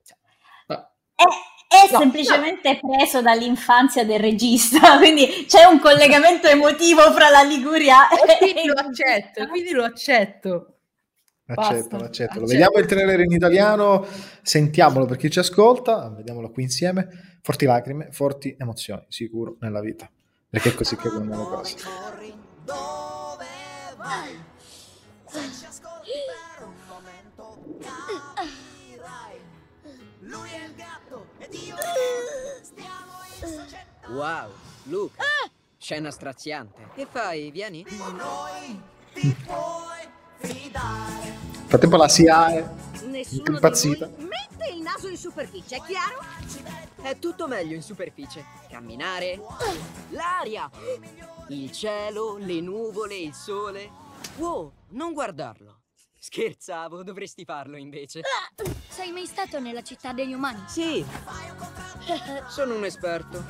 È semplicemente preso dall'infanzia del regista, quindi c'è un collegamento emotivo fra la Liguria e quindi lo accetto. Accetto. Vediamo il trailer in italiano, sentiamolo per chi ci ascolta, vediamolo qui insieme. Forti lacrime, forti emozioni, sicuro nella vita, perché è così che vanno le cose. Dove vai? Se ci ascolti per un momento capirai. Lui è il gatto ed io stiamo in società. Wow, Luca, scena straziante. Che fai, vieni? Con noi ti puoi fidare. Nel frattempo la SIA è impazzita. Mette il naso in superficie, è chiaro? È tutto meglio in superficie. Camminare, l'aria, il cielo, le nuvole, il sole. Wow, non guardarlo. Scherzavo, dovresti farlo invece. Sei mai stato nella città degli umani? Sì, sono un esperto.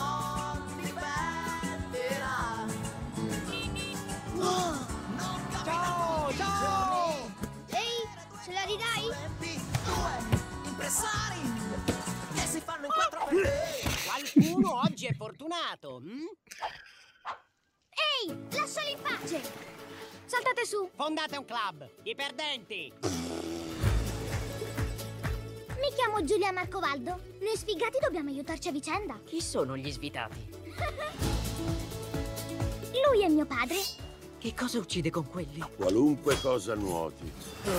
Ciao! Ehi, ce la ridai? Impressari che si fanno in 4 per Qualcuno oggi è fortunato. Ehi, lasciali in pace! Saltate su! Fondate un club, i perdenti! Mi chiamo Giulia Marcovaldo. Noi sfigati dobbiamo aiutarci a vicenda. Chi sono gli svitati? Lui è mio padre. Che cosa uccide con quelli? Qualunque cosa nuoti.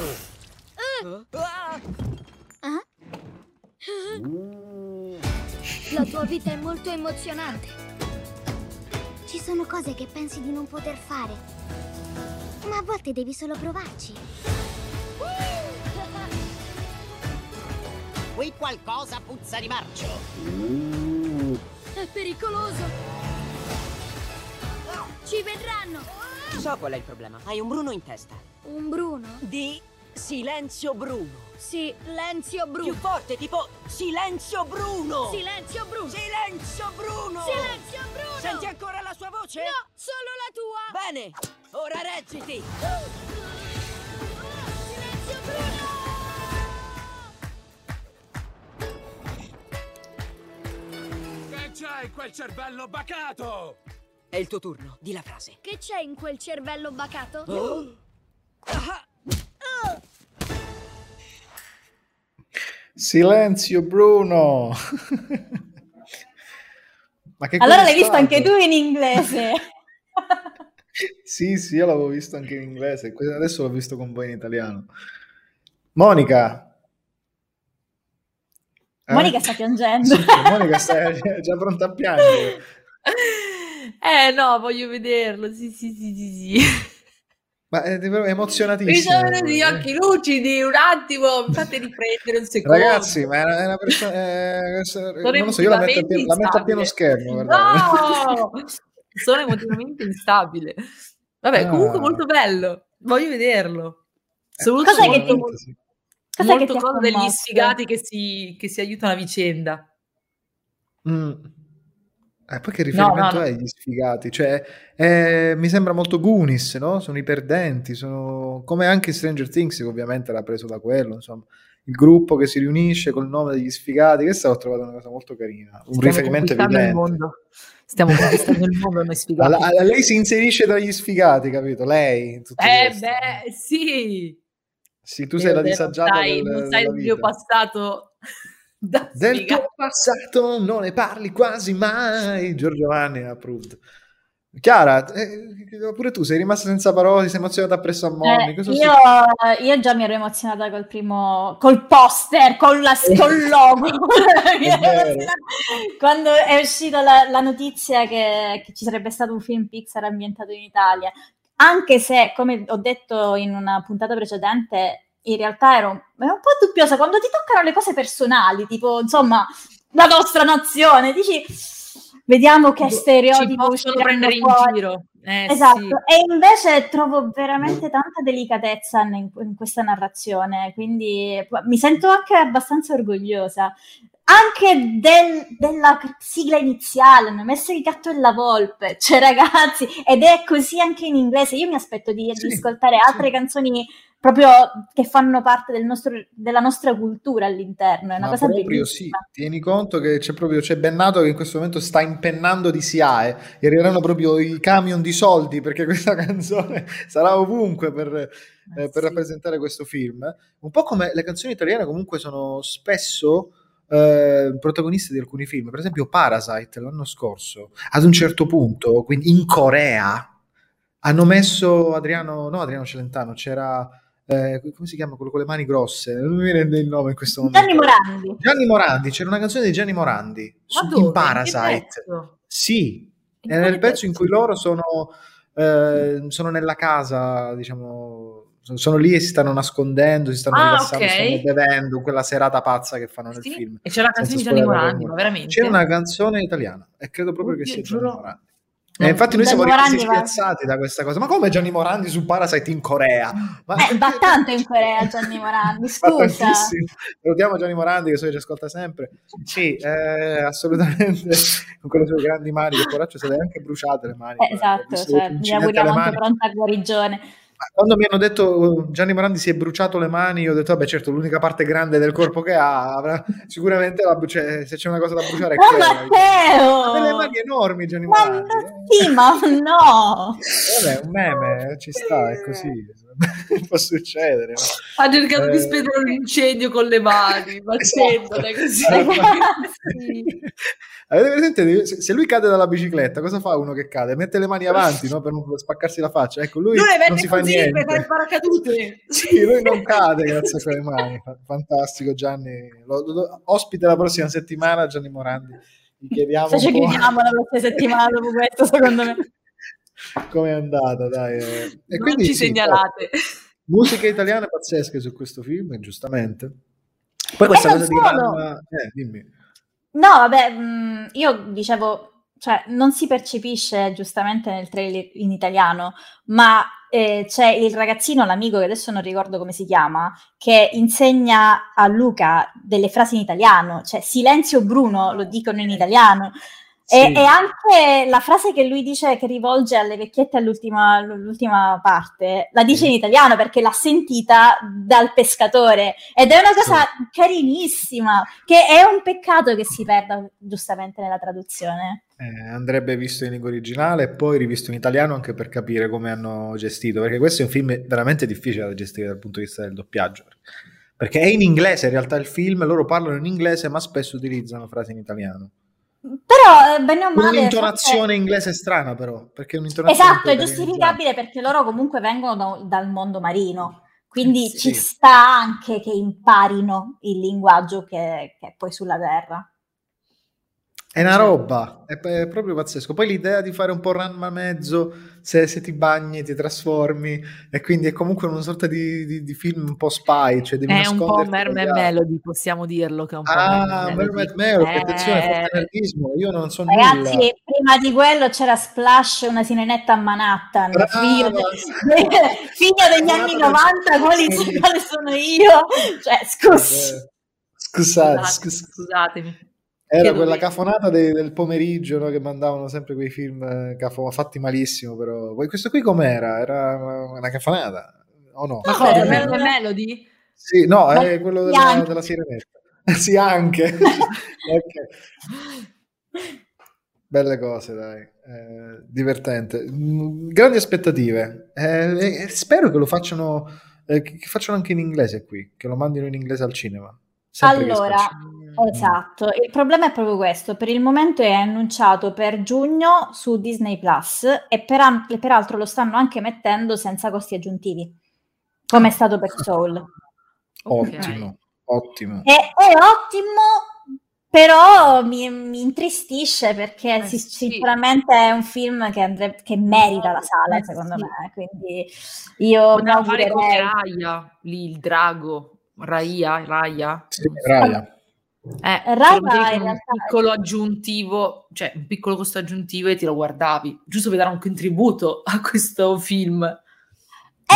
La tua vita è molto emozionante. Ci sono cose che pensi di non poter fare, ma a volte devi solo provarci. Qui qualcosa puzza di marcio. È pericoloso. Ci vedranno. So qual è il problema. Hai un Bruno in testa. Un Bruno? Di Silenzio Bruno. Silenzio Bruno. Più forte, tipo Silenzio Bruno. Silenzio Bruno. Silenzio Bruno. Silenzio Bruno. Senti ancora la sua voce? No, solo la tua. Bene, ora reggiti. Silenzio Bruno. Che c'è in quel cervello bacato? È il tuo turno, di la frase. Che c'è in quel cervello bacato? Silenzio Bruno. Ma che allora l'hai visto anche tu in inglese? Sì, io l'avevo visto anche in inglese, adesso l'ho visto con voi in italiano. Monica sta piangendo. Sì, Monica è già pronta a piangere. No, voglio vederlo. Sì. Ma è emozionatissimo. Mi sono gli occhi lucidi un attimo, mi fate riprendere un secondo. Ragazzi, ma è una persona non lo so, io la metto a pieno schermo, guardate. No! Sono emotivamente instabile. Vabbè, comunque molto bello. Voglio vederlo. Cos'è che ti molto cosa degli sfigati che si aiutano a vicenda. Poi che riferimento è gli sfigati? Cioè, mi sembra molto Goonies, no? Sono i perdenti, sono come anche Stranger Things, che ovviamente era preso da quello, insomma. Il gruppo che si riunisce col nome degli sfigati, questa ho trovato una cosa molto carina, un riferimento evidente. Stiamo conquistando il mondo noi sfigati. Lei si inserisce tra gli sfigati, capito? Lei. Sì. Sì, tu sei la disagiata non sai del mio passato. Del tuo passato non ne parli quasi mai. Giorgio Vanni approved. Chiara, pure tu sei rimasta senza parole, sei emozionata appresso a Monni. Io già mi ero emozionata col poster, col logo. Quando è uscita la notizia che ci sarebbe stato un film Pixar ambientato in Italia, anche se, come ho detto in una puntata precedente, in realtà ero un po' dubbiosa quando ti toccano le cose personali, tipo, insomma, la nostra nazione, dici... Vediamo che stereotipo possono prendere in giro. Esatto, sì. E invece trovo veramente tanta delicatezza in questa narrazione, quindi mi sento anche abbastanza orgogliosa. Anche della sigla iniziale, hanno messo il gatto e la volpe, cioè ragazzi, ed è così anche in inglese. Io mi aspetto di ascoltare altre canzoni proprio che fanno parte della nostra cultura all'interno, è una cosa bellissima. Sì, tieni conto che c'è Bennato che in questo momento sta impennando di SIAE e arriveranno proprio i camion di soldi perché questa canzone sarà ovunque per rappresentare questo film. Un po' come le canzoni italiane comunque sono spesso protagoniste di alcuni film, per esempio Parasite l'anno scorso, ad un certo punto, quindi in Corea, hanno messo Adriano Celentano, c'era... come si chiama quello con le mani grosse? Non mi viene il nome in questo momento. Gianni Morandi, c'era una canzone di Gianni Morandi in Parasite. Sì, è nel pezzo in cui loro sono nella casa, diciamo, sono lì e si stanno nascondendo, si stanno rilassando, stanno bevendo, quella serata pazza che fanno nel film. E c'è la canzone di Gianni Morandi, ma veramente? C'è una canzone italiana e credo proprio che sia Gianni Morandi. Infatti noi siamo rimasti spiazzati da questa cosa. Ma come Gianni Morandi su Parasite in Corea? Va tanto in Corea Gianni Morandi, scusa. Salutiamo Gianni Morandi che so che ci ascolta sempre. Sì, assolutamente, con quelle sue grandi mani, che poraccio se le anche bruciate le mani. Esatto, gli auguriamo anche pronta guarigione. Quando mi hanno detto Gianni Morandi si è bruciato le mani, io ho detto vabbè, certo, l'unica parte grande del corpo che ha avrà sicuramente se c'è una cosa da bruciare è quella. Matteo! Ha delle mani enormi Gianni Morandi. Ma no! Vabbè, un meme, ci sta, è così. Può succedere. Ha cercato di spegnere un incendio con le mani, battendole così. Avete presente? Se lui cade dalla bicicletta, cosa fa uno che cade? Mette le mani avanti, no? Per non spaccarsi la faccia. Ecco, lui non si fa niente. Per il paracadute. Sì, lui non cade grazie a quelle mani. Fantastico, Gianni. Ospite la prossima settimana, Gianni Morandi. Gli chiediamo se ci chiudiamo la prossima settimana dopo questo, secondo me. Come è andata, dai. E non quindi, ci segnalate. Musiche italiane pazzesche su questo film, giustamente. Poi questa cosa di Ranma... dimmi. No, vabbè, io dicevo, cioè, non si percepisce giustamente nel trailer in italiano, ma c'è il ragazzino, l'amico, che adesso non ricordo come si chiama, che insegna a Luca delle frasi in italiano, cioè silenzio Bruno, lo dicono in italiano. Sì. E anche la frase che lui dice, che rivolge alle vecchiette all'ultima parte, la dice in italiano perché l'ha sentita dal pescatore ed è una cosa carinissima, che è un peccato che si perda giustamente nella traduzione. Andrebbe visto in lingua originale e poi rivisto in italiano anche per capire come hanno gestito, perché questo è un film veramente difficile da gestire dal punto di vista del doppiaggio, perché è in inglese in realtà il film, loro parlano in inglese ma spesso utilizzano frasi in italiano. Però bene o male un'intonazione inglese strana, però perché un'intonazione esatto, è giustificabile perché loro comunque vengono dal mondo marino, quindi ci sta anche che imparino il linguaggio che è poi sulla terra. È una roba, è proprio pazzesco. Poi l'idea di fare un po' Ranma mezzo, se ti bagni ti trasformi, e quindi è comunque una sorta di film un po' spy, cioè devi è un po' Mermaid Melody, possiamo dirlo che è un po' Mermaid Melody, attenzione, forte nerdismo, io non so ragazzi, nulla. Prima di quello c'era Splash, una sirenetta a Manhattan, figlio degli anni 90, quale sono io? Cioè, scusatemi. Era quella cafonata del pomeriggio, no? Che mandavano sempre quei film fatti malissimo, però. Questo qui com'era? Era una cafonata, o no? Ma cosa? Mermaid Melody? Sì, no, è quello della sirenetta. Sì, anche. Okay. Belle cose, dai. Divertente. Grandi aspettative. Spero che lo facciano, che facciano anche in inglese qui, che lo mandino in inglese al cinema. Allora, Esatto, il problema è proprio questo. Per il momento è annunciato per giugno su Disney Plus e peraltro lo stanno anche mettendo senza costi aggiuntivi, come è stato per Soul. Ottimo, ottimo. È ottimo, però mi intristisce perché sicuramente è un film che merita la sala, secondo me. Quindi io mi potevano fare come augurerei. Raya, lì il drago, Raya. Sì, Raya. Raya in realtà in un piccolo aggiuntivo, cioè un piccolo costo aggiuntivo e ti lo guardavi, giusto per dare un contributo a questo film. È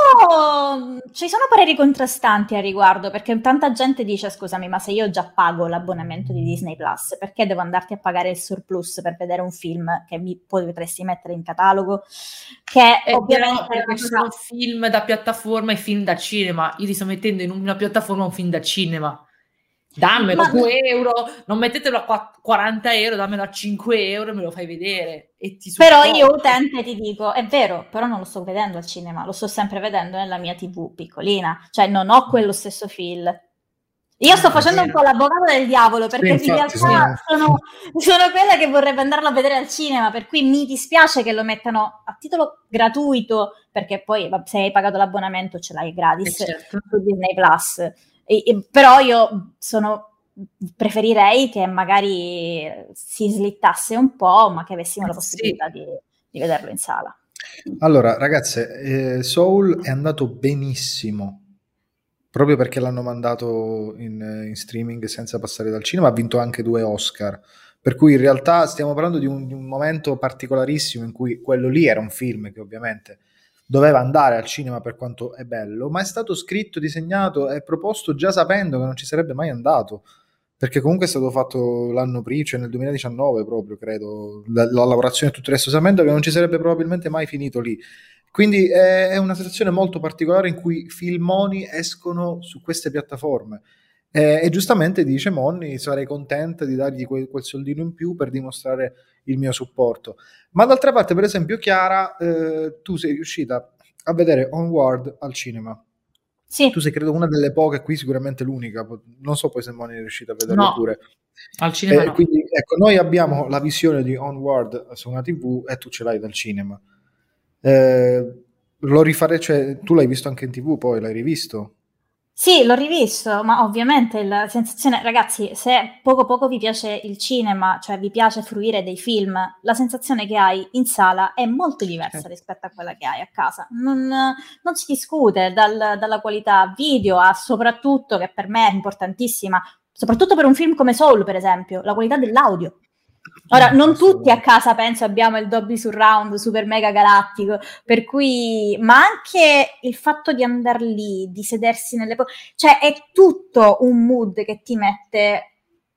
un po'... Ci sono pareri contrastanti a riguardo, perché tanta gente dice, scusami, ma se io già pago l'abbonamento di Disney Plus, perché devo andarti a pagare il surplus per vedere un film che mi potresti mettere in catalogo? Che ovviamente perché sono film da piattaforma e film da cinema. Io ti sto mettendo in una piattaforma un film da cinema. Dammelo a 2 euro, non mettetelo a 40 euro, dammelo a 5 euro e me lo fai vedere. E ti però io utente ti dico, è vero, però non lo sto vedendo al cinema, lo sto sempre vedendo nella mia TV piccolina, cioè non ho quello stesso feel. Io sto facendo un po' l'avvocato del diavolo, perché in realtà sono quella che vorrebbe andarlo a vedere al cinema, per cui mi dispiace che lo mettano a titolo gratuito, perché poi se hai pagato l'abbonamento ce l'hai gratis su Disney Plus. Però io preferirei che magari si slittasse un po', ma che avessimo la possibilità di vederlo in sala. Allora, ragazze, Soul è andato benissimo, proprio perché l'hanno mandato in streaming senza passare dal cinema, ha vinto anche 2 Oscar, per cui in realtà stiamo parlando di un momento particolarissimo in cui quello lì era un film che ovviamente doveva andare al cinema per quanto è bello, ma è stato scritto, disegnato e proposto già sapendo che non ci sarebbe mai andato, perché comunque è stato fatto l'anno prima, cioè nel 2019 proprio, credo, la lavorazione e tutto il resto, sapendo che non ci sarebbe probabilmente mai finito lì. Quindi è una situazione molto particolare in cui filmoni escono su queste piattaforme. E giustamente dice Monni, sarei contenta di dargli quel soldino in più per dimostrare il mio supporto. Ma d'altra parte, per esempio, Chiara, tu sei riuscita a vedere Onward al cinema. Sì. Tu sei credo una delle poche, qui sicuramente l'unica, non so poi se Moni è riuscita a vederlo pure. Al cinema no. Quindi ecco, noi abbiamo la visione di Onward su una TV e tu ce l'hai dal cinema. Lo rifare, cioè tu l'hai visto anche in TV, poi l'hai rivisto? Sì, l'ho rivisto, ma ovviamente la sensazione, ragazzi, se poco vi piace il cinema, cioè vi piace fruire dei film, la sensazione che hai in sala è molto diversa rispetto a quella che hai a casa. Non si discute dalla qualità video a soprattutto, che per me è importantissima, soprattutto per un film come Soul, per esempio, la qualità dell'audio. Ora, non tutti a casa, penso, abbiamo il Dolby Surround super mega galattico, per cui, ma anche il fatto di andare lì, di sedersi cioè è tutto un mood che ti mette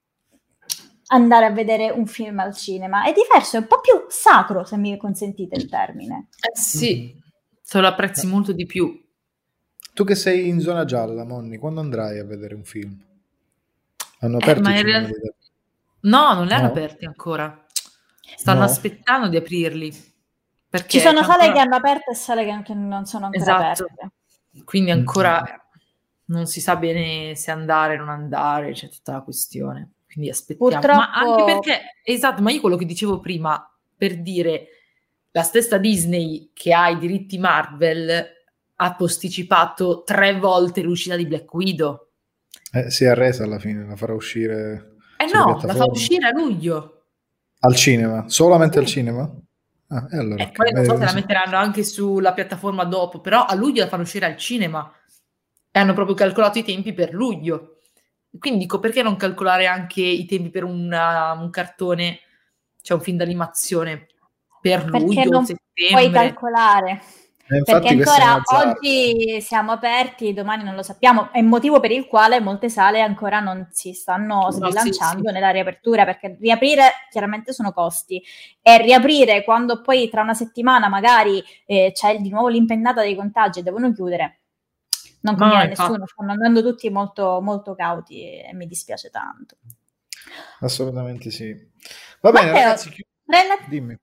andare a vedere un film al cinema. È diverso, è un po' più sacro, se mi consentite il termine. Sì, se lo apprezzi molto di più. Tu che sei in zona gialla, Monni, quando andrai a vedere un film? Hanno aperto i cinema di te? No, non li hanno aperti ancora. Stanno aspettando di aprirli. Perché ci sono sale che hanno aperto e sale che non sono ancora aperte. Quindi ancora non si sa bene se andare o non andare, c'è tutta la questione. Quindi aspettiamo. Purtroppo... Ma anche perché, esatto, ma io quello che dicevo prima, per dire, la stessa Disney che ha i diritti Marvel ha posticipato 3 volte l'uscita di Black Widow. Si è arresa alla fine, la farà uscire... no, la fa uscire a luglio. Al cinema? Solamente al cinema? Ah, e allora, poi non so se la metteranno anche sulla piattaforma dopo, però a luglio la fanno uscire al cinema. E hanno proprio calcolato i tempi per luglio. Quindi dico, perché non calcolare anche i tempi per un cartone, cioè un film d'animazione per luglio, perché non settembre? Puoi calcolare. Perché ancora oggi siamo aperti, domani non lo sappiamo, è il motivo per il quale molte sale ancora non si stanno sbilanciando nella riapertura, perché riaprire chiaramente sono costi e riaprire quando poi tra una settimana magari c'è di nuovo l'impennata dei contagi e devono chiudere, non conviene a nessuno, stanno andando tutti molto, molto cauti e mi dispiace tanto. Assolutamente sì. Va bene, ragazzi, dimmi.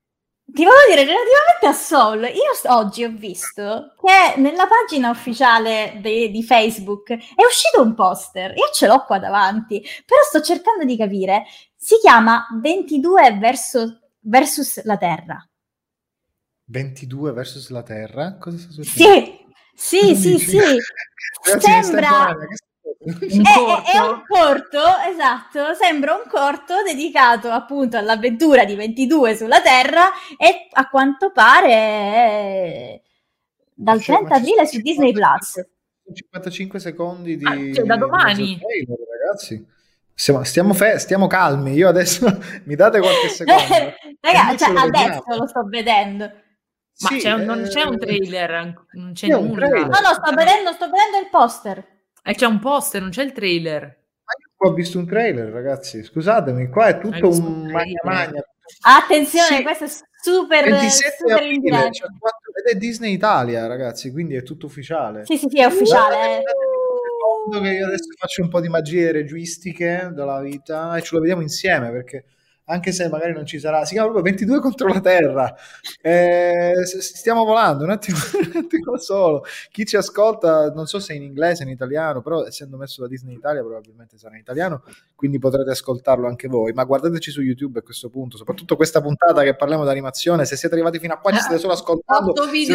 Ti volevo dire, relativamente a Soul, io oggi ho visto che nella pagina ufficiale di Facebook è uscito un poster, io ce l'ho qua davanti, però sto cercando di capire, si chiama 22 versus la Terra. 22 versus la Terra? Cosa sta succedendo? Sì. Sembra... È un corto, esatto, sembra un corto dedicato appunto all'avventura di 22 sulla Terra e a quanto pare è dal 30 aprile su Disney Plus. 55 secondi di... da domani. Trailer, ragazzi. Stiamo calmi, io adesso mi date qualche secondo. Ragazzi, adesso lo sto vedendo. Ma Sì, non c'è un trailer, non c'è un nulla. trailer. No, sto vedendo il poster. C'è un poster, non c'è il trailer. Ma io ho visto un trailer, ragazzi. Scusatemi, qua è tutto un magna. Attenzione, questo è super 27 super in diretta. Ed è Disney Italia, ragazzi, quindi è tutto ufficiale. Sì, è ufficiale. Che io adesso faccio un po' di magie reggistiche della vita e ce lo vediamo insieme, perché anche se magari non ci sarà, si chiama proprio 22 contro la Terra. Stiamo volando un attimo solo. Chi ci ascolta, non so se è in inglese, in italiano, però essendo messo da Disney Italia probabilmente sarà in italiano, quindi potrete ascoltarlo anche voi. Ma guardateci su YouTube a questo punto, soprattutto questa puntata che parliamo di animazione. Se siete arrivati fino a qua, ci state solo ascoltando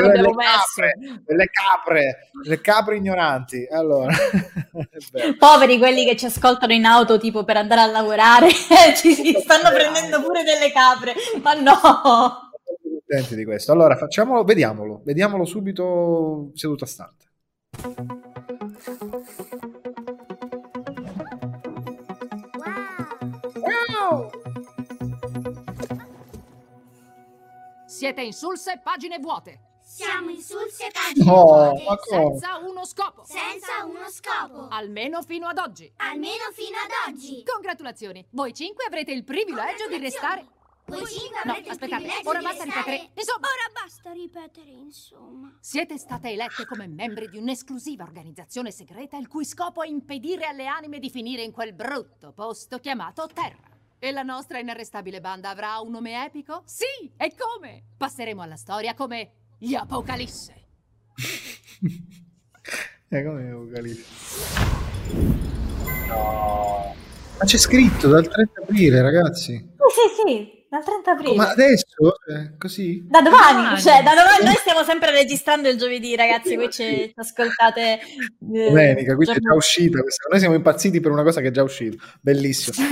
le capre ignoranti. Allora, poveri quelli che ci ascoltano in auto tipo per andare a lavorare, ci stanno prendendo pure delle capre, ma no. Contenti di questo. Allora vediamolo subito seduta stante. Wow. Siete insulse pagine vuote. Siamo insulse pagine vuote. Ma senza uno scopo. Senza uno scopo. Almeno fino ad oggi. Almeno fino ad oggi. Congratulazioni, voi 5 avrete il privilegio di restare. Voi 5 avrete il privilegio ora di basta restare. ripetere. Insomma. Ora basta ripetere, insomma. Siete state elette come membri di un'esclusiva organizzazione segreta il cui scopo è impedire alle anime di finire in quel brutto posto chiamato Terra. E la nostra inarrestabile banda avrà un nome epico? Sì, e come? Passeremo alla storia come gli Apocalisse. Come Apocalisse? No. Ma c'è scritto dal 30 aprile, ragazzi. Sì, dal 30 aprile. Ma adesso? Così? Da domani. Noi stiamo sempre registrando il giovedì, ragazzi, qui ci ascoltate domenica, quindi è già uscita questa. Noi siamo impazziti per una cosa che è già uscita. Bellissimo.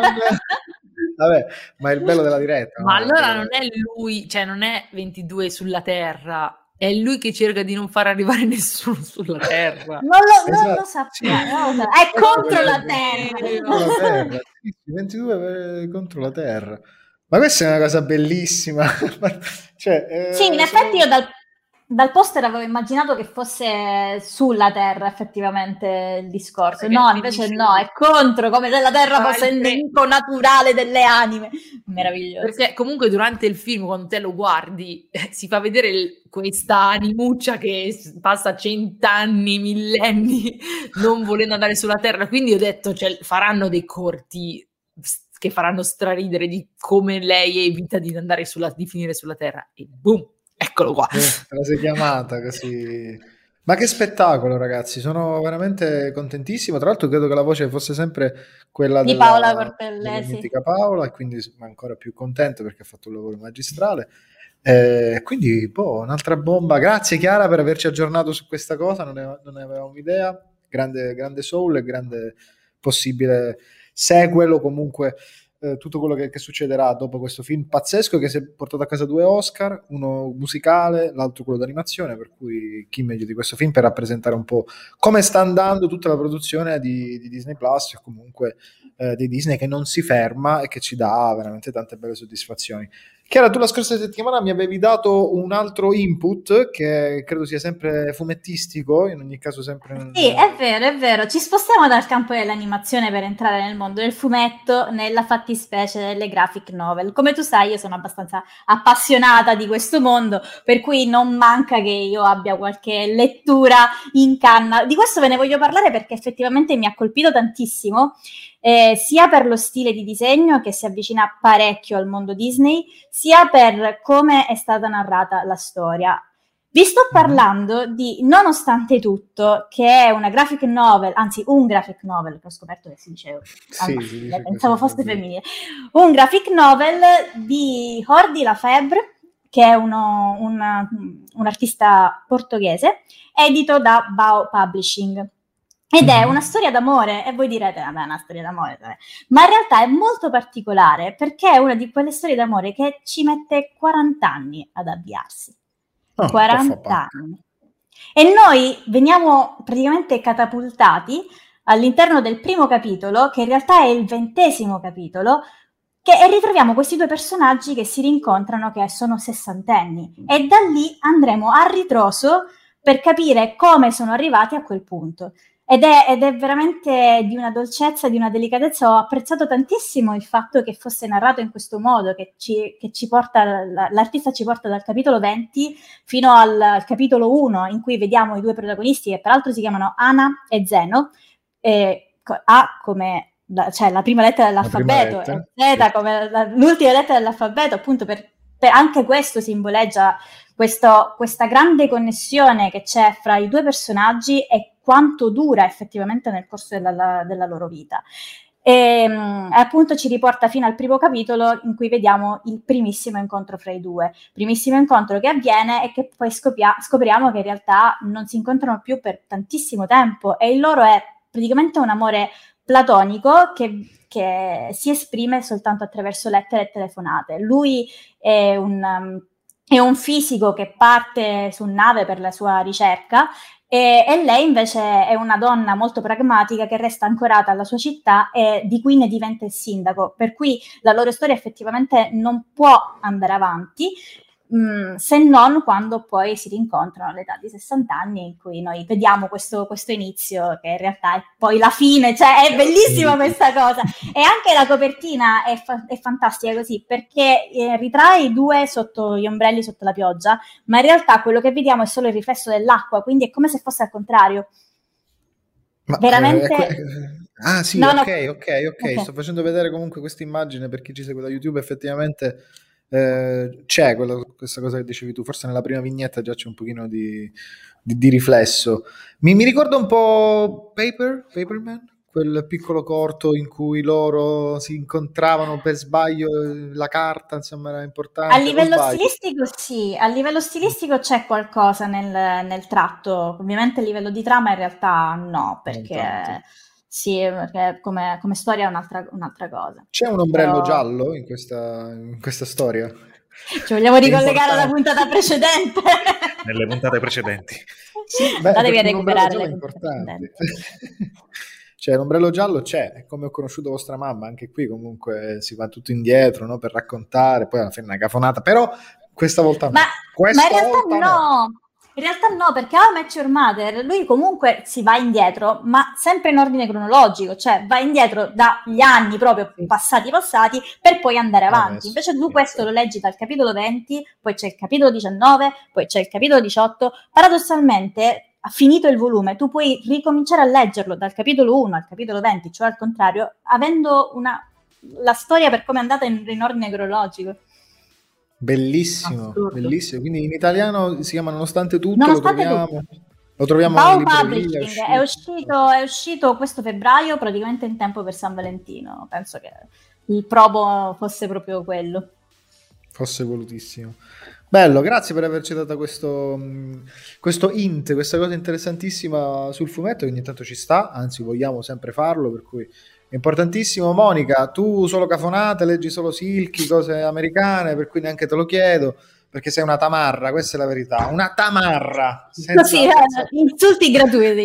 Vabbè, ma è il bello della diretta. Ma allora non è lui, cioè non è 22 sulla Terra, è lui che cerca di non far arrivare nessuno sulla Terra. Non lo sappiamo. È contro la Terra. Sì, 22 contro la Terra. Ma questa è una cosa bellissima. Cioè, sì, in effetti io dal poster avevo immaginato che fosse sulla Terra effettivamente il discorso. No, invece no, è contro, come se la Terra fosse il nemico naturale delle anime. Meraviglioso. Perché comunque durante il film, quando te lo guardi, si fa vedere questa animuccia che passa 100 anni, millenni, non volendo andare sulla Terra. Quindi ho detto, cioè, faranno dei corti che faranno straridere di come lei evita di andare di finire sulla Terra. E boom! Eccolo qua. Te la sei chiamata così. Ma che spettacolo, ragazzi, sono veramente contentissimo. Tra l'altro credo che la voce fosse sempre quella di Paola Cortellesi, mitica Paola, e quindi sono ancora più contento perché ha fatto un lavoro magistrale. Quindi un'altra bomba. Grazie Chiara per averci aggiornato su questa cosa, non ne avevamo idea. Grande Soul e grande possibile sequel o comunque tutto quello che succederà dopo questo film pazzesco che si è portato a casa 2 Oscar, uno musicale, l'altro quello d'animazione, per cui chi meglio di questo film per rappresentare un po' come sta andando tutta la produzione di Disney Plus, o comunque di Disney, che non si ferma e che ci dà veramente tante belle soddisfazioni. Chiara, tu la scorsa settimana mi avevi dato un altro input che credo sia sempre fumettistico, in ogni caso sempre... Sì, è vero, ci spostiamo dal campo dell'animazione per entrare nel mondo del fumetto, nella fattispecie delle graphic novel. Come tu sai, io sono abbastanza appassionata di questo mondo, per cui non manca che io abbia qualche lettura in canna. Di questo ve ne voglio parlare perché effettivamente mi ha colpito tantissimo. sia per lo stile di disegno che si avvicina parecchio al mondo Disney, sia per come è stata narrata la storia. Vi sto parlando di Nonostante tutto, che è una graphic novel, anzi un graphic novel, che ho scoperto che si diceva, pensavo fosse femminile, un graphic novel di Jordi Lafebre, che è un artista portoghese, edito da Bao Publishing. Ed è una storia d'amore, e voi direte, vabbè, è una storia d'amore, vabbè. Ma in realtà è molto particolare, perché è una di quelle storie d'amore che ci mette 40 anni ad avviarsi. 40 anni. E noi veniamo praticamente catapultati all'interno del primo capitolo, che in realtà è il 20° capitolo, e ritroviamo questi due personaggi che si rincontrano, che sono sessantenni, e da lì andremo a ritroso per capire come sono arrivati a quel punto. Ed è veramente di una dolcezza, di una delicatezza. Ho apprezzato tantissimo il fatto che fosse narrato in questo modo, che ci porta, l'artista ci porta dal capitolo 20 fino al capitolo 1, in cui vediamo i due protagonisti, che peraltro si chiamano Ana e Zeno, A come la prima lettera dell'alfabeto, e Z come l'ultima lettera dell'alfabeto, appunto per anche questo simboleggia questa grande connessione che c'è fra i due personaggi e quanto dura effettivamente nel corso della loro vita. E appunto ci riporta fino al primo capitolo, in cui vediamo il primissimo incontro fra i due, primissimo incontro che avviene e che poi scopriamo che in realtà non si incontrano più per tantissimo tempo, e il loro è praticamente un amore platonico che si esprime soltanto attraverso lettere e telefonate. Lui è un fisico che parte su nave per la sua ricerca, e lei invece è una donna molto pragmatica che resta ancorata alla sua città e di cui ne diventa il sindaco, per cui la loro storia effettivamente non può andare avanti, se non quando poi si rincontrano all'età di 60 anni, in cui noi vediamo questo inizio che in realtà è poi la fine. Cioè è bellissima questa cosa, e anche la copertina è fantastica così, perché ritrae i due sotto gli ombrelli, sotto la pioggia, ma in realtà quello che vediamo è solo il riflesso dell'acqua, quindi è come se fosse al contrario. Ma veramente sì, no, ok, sto facendo vedere comunque questa immagine per chi ci segue da YouTube. Effettivamente c'è questa cosa che dicevi tu, forse nella prima vignetta già c'è un pochino di riflesso. Mi ricorda un po' Paperman, quel piccolo corto in cui loro si incontravano per sbaglio, la carta insomma era importante. A livello stilistico sì, a livello stilistico c'è qualcosa nel tratto, ovviamente a livello di trama in realtà no, perché sì, perché come storia è un'altra cosa. C'è un ombrello giallo in questa storia? Ci vogliamo ricollegare alla puntata precedente? Nelle puntate precedenti. Sì, andatevi a recuperare le puntate precedenti. Cioè l'ombrello giallo c'è, come ho conosciuto vostra mamma, anche qui comunque si va tutto indietro, no? Per raccontare, poi alla fine una cafonata, però questa volta no. Ma in realtà no. In realtà no, perché How I Met Your Mother, lui comunque si va indietro, ma sempre in ordine cronologico, cioè va indietro dagli anni proprio passati per poi andare avanti. Invece tu questo lo leggi dal capitolo 20, poi c'è il capitolo 19, poi c'è il capitolo 18. Paradossalmente, finito il volume, tu puoi ricominciare a leggerlo dal capitolo 1 al capitolo 20, cioè al contrario, avendo la storia per come è andata in ordine cronologico. Bellissimo, bellissimo. Quindi in italiano si chiama Nonostante tutto, lo troviamo Bao in libreria. Publishing è uscito questo febbraio, praticamente in tempo per San Valentino. Penso che il promo fosse proprio quello. Fosse volutissimo. Bello, grazie per averci dato questo hint, questa cosa interessantissima sul fumetto, che ogni tanto ci sta, anzi vogliamo sempre farlo, per cui è importantissimo. Monica, tu solo cafonate, leggi solo silky, cose americane, per cui neanche te lo chiedo, perché sei una tamarra, questa è la verità, una tamarra. Così, insulti gratuiti,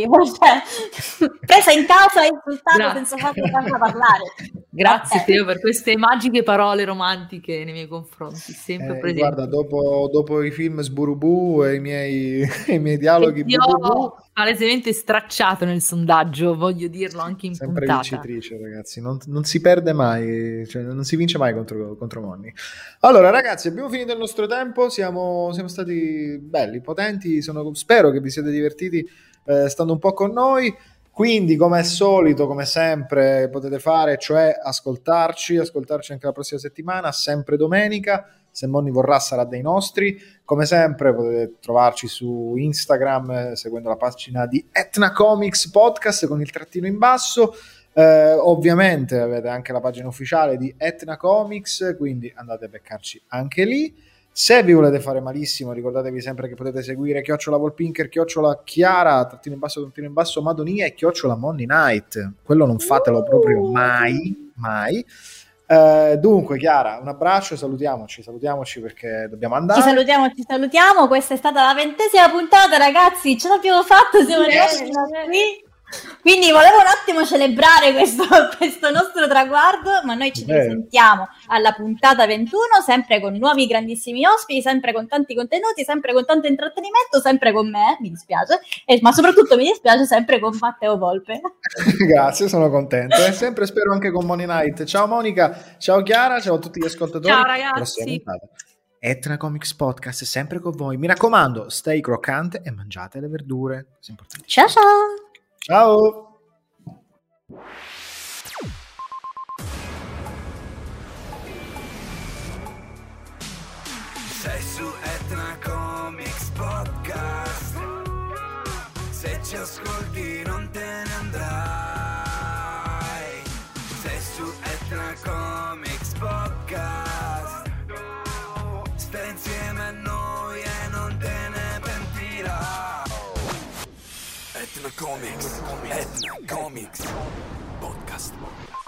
presa in casa e insultata senza farmi parlare. Grazie Teo per queste magiche parole romantiche nei miei confronti, sempre presenti. Guarda, dopo i film Sburubu e i miei dialoghi io ho palesemente stracciato nel sondaggio, voglio dirlo anche in sempre puntata. Vincitrice, ragazzi, non si perde mai, cioè non si vince mai contro Monni. Allora ragazzi, abbiamo finito il nostro tempo, siamo stati belli, potenti, spero che vi siete divertiti stando un po' con noi. Quindi, come al solito, come sempre potete fare, cioè ascoltarci anche la prossima settimana, sempre domenica. Se Monni vorrà sarà dei nostri. Come sempre potete trovarci su Instagram seguendo la pagina di Etna Comics Podcast con il trattino in basso. Ovviamente avete anche la pagina ufficiale di Etna Comics, quindi andate a beccarci anche lì. Se vi volete fare malissimo, ricordatevi sempre che potete seguire @Volpinker, @Chiara, trattino in basso, Madonia e @Monny Night. Quello non fatelo proprio mai. Dunque, Chiara, un abbraccio, salutiamoci perché dobbiamo andare. Ci salutiamo. Questa è stata la 20ª puntata, ragazzi. Ce l'abbiamo fatta, siamo arrivati qui. Quindi volevo un attimo celebrare questo nostro traguardo, ma noi ci risentiamo alla puntata 21, sempre con nuovi grandissimi ospiti, sempre con tanti contenuti, sempre con tanto intrattenimento, sempre con me, mi dispiace, ma soprattutto mi dispiace sempre con Matteo Volpe. Grazie, sono contento e sempre spero anche con Money Night. Ciao Monica, ciao Chiara, ciao a tutti gli ascoltatori. Ciao ragazzi. Etna Comics Podcast sempre con voi. Mi raccomando, stay croccante e mangiate le verdure. Ciao ciao. Ciao! Sei su Etna Comics Podcast. Se ci ascolti non te ne andrai. Sei su Etna Comics Podcast. Stai insieme a noi e non te ne pentirai. Etna Comics Podcast.